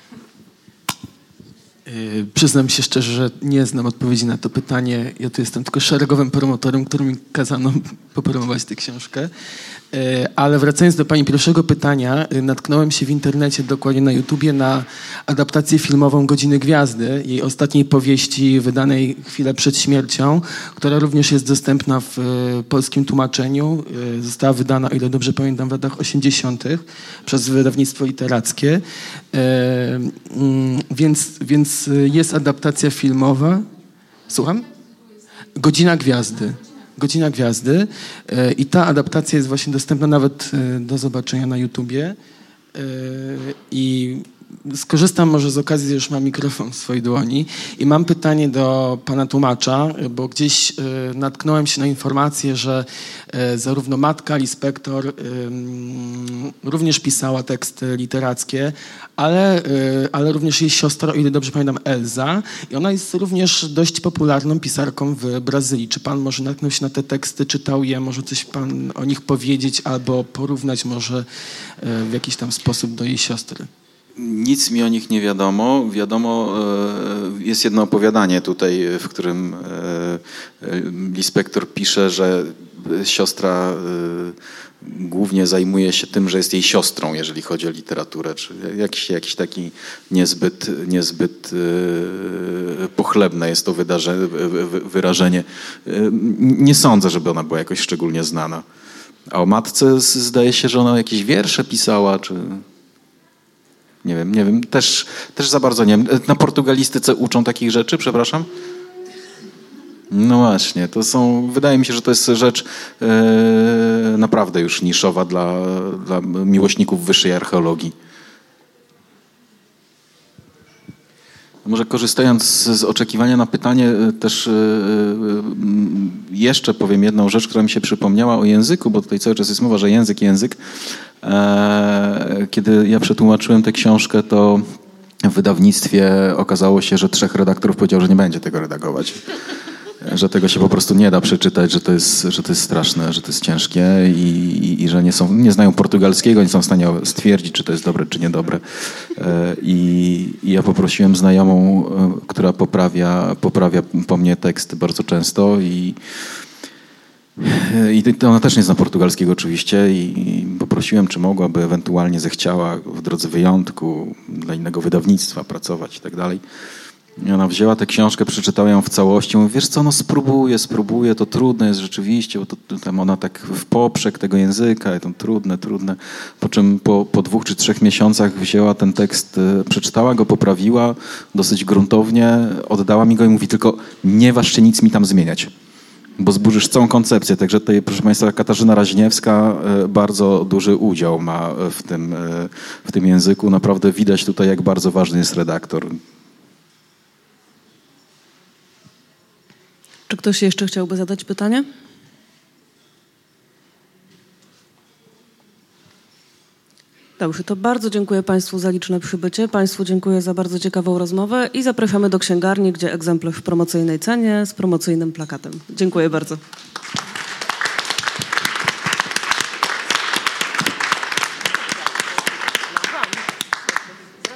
Przyznam się szczerze, że nie znam odpowiedzi na to pytanie. Ja tu jestem tylko szeregowym promotorem, którym kazano popromować tę książkę. Ale wracając do pani pierwszego pytania, natknąłem się w internecie, dokładnie na YouTubie, na adaptację filmową Godziny Gwiazdy, jej ostatniej powieści wydanej chwilę przed śmiercią, która również jest dostępna w polskim tłumaczeniu. Została wydana, o ile dobrze pamiętam, w latach 80. przez wydawnictwo literackie. Więc jest adaptacja filmowa. Słucham? Godzina Gwiazdy i ta adaptacja jest właśnie dostępna nawet do zobaczenia na YouTubie i skorzystam może z okazji, że już mam mikrofon w swojej dłoni i mam pytanie do pana tłumacza, bo gdzieś natknąłem się na informację, że zarówno matka Lispector również pisała teksty literackie, ale również jej siostra, o ile dobrze pamiętam, Elza, i ona jest również dość popularną pisarką w Brazylii. Czy pan może natknął się na te teksty, czytał je, może coś pan o nich powiedzieć albo porównać może w jakiś tam sposób do jej siostry? Nic mi o nich nie wiadomo. Jest jedno opowiadanie tutaj, w którym Lispector pisze, że siostra głównie zajmuje się tym, że jest jej siostrą, jeżeli chodzi o literaturę, czy jakiś taki niezbyt pochlebne jest to wyrażenie. Nie sądzę, żeby ona była jakoś szczególnie znana. A o matce zdaje się, że ona jakieś wiersze pisała, czy... Nie wiem, też za bardzo nie wiem. Na portugalistyce uczą takich rzeczy, przepraszam? No właśnie, wydaje mi się, że to jest rzecz naprawdę już niszowa dla miłośników wyższej archeologii. Może korzystając z oczekiwania na pytanie, też jeszcze powiem jedną rzecz, która mi się przypomniała o języku, bo tutaj cały czas jest mowa, że język. Kiedy ja przetłumaczyłem tę książkę, to w wydawnictwie okazało się, że 3 redaktorów powiedziało, że nie będzie tego redagować. Że tego się po prostu nie da przeczytać, że to jest straszne, że to jest ciężkie i że nie znają portugalskiego, nie są w stanie stwierdzić, czy to jest dobre, czy niedobre. I ja poprosiłem znajomą, która poprawia po mnie tekst bardzo często i ona też nie zna portugalskiego oczywiście i poprosiłem, czy mogłaby ewentualnie zechciała w drodze wyjątku dla innego wydawnictwa pracować i tak dalej. I ona wzięła tę książkę, przeczytała ją w całości. Mówi, wiesz co, no spróbuję, to trudne jest rzeczywiście, bo to tam ona tak w poprzek tego języka, i to trudne. Po czym po 2 czy 3 miesiącach wzięła ten tekst, przeczytała go, poprawiła dosyć gruntownie, oddała mi go i mówi, tylko nie waż się nic mi tam zmieniać, bo zburzysz całą koncepcję. Także tutaj, proszę Państwa, Katarzyna Raźniewska bardzo duży udział ma w tym języku. Naprawdę widać tutaj, jak bardzo ważny jest redaktor. Czy ktoś jeszcze chciałby zadać pytanie? Dobrze, to bardzo dziękuję Państwu za liczne przybycie. Państwu dziękuję za bardzo ciekawą rozmowę i zapraszamy do księgarni, gdzie egzemplarz w promocyjnej cenie z promocyjnym plakatem. Dziękuję bardzo.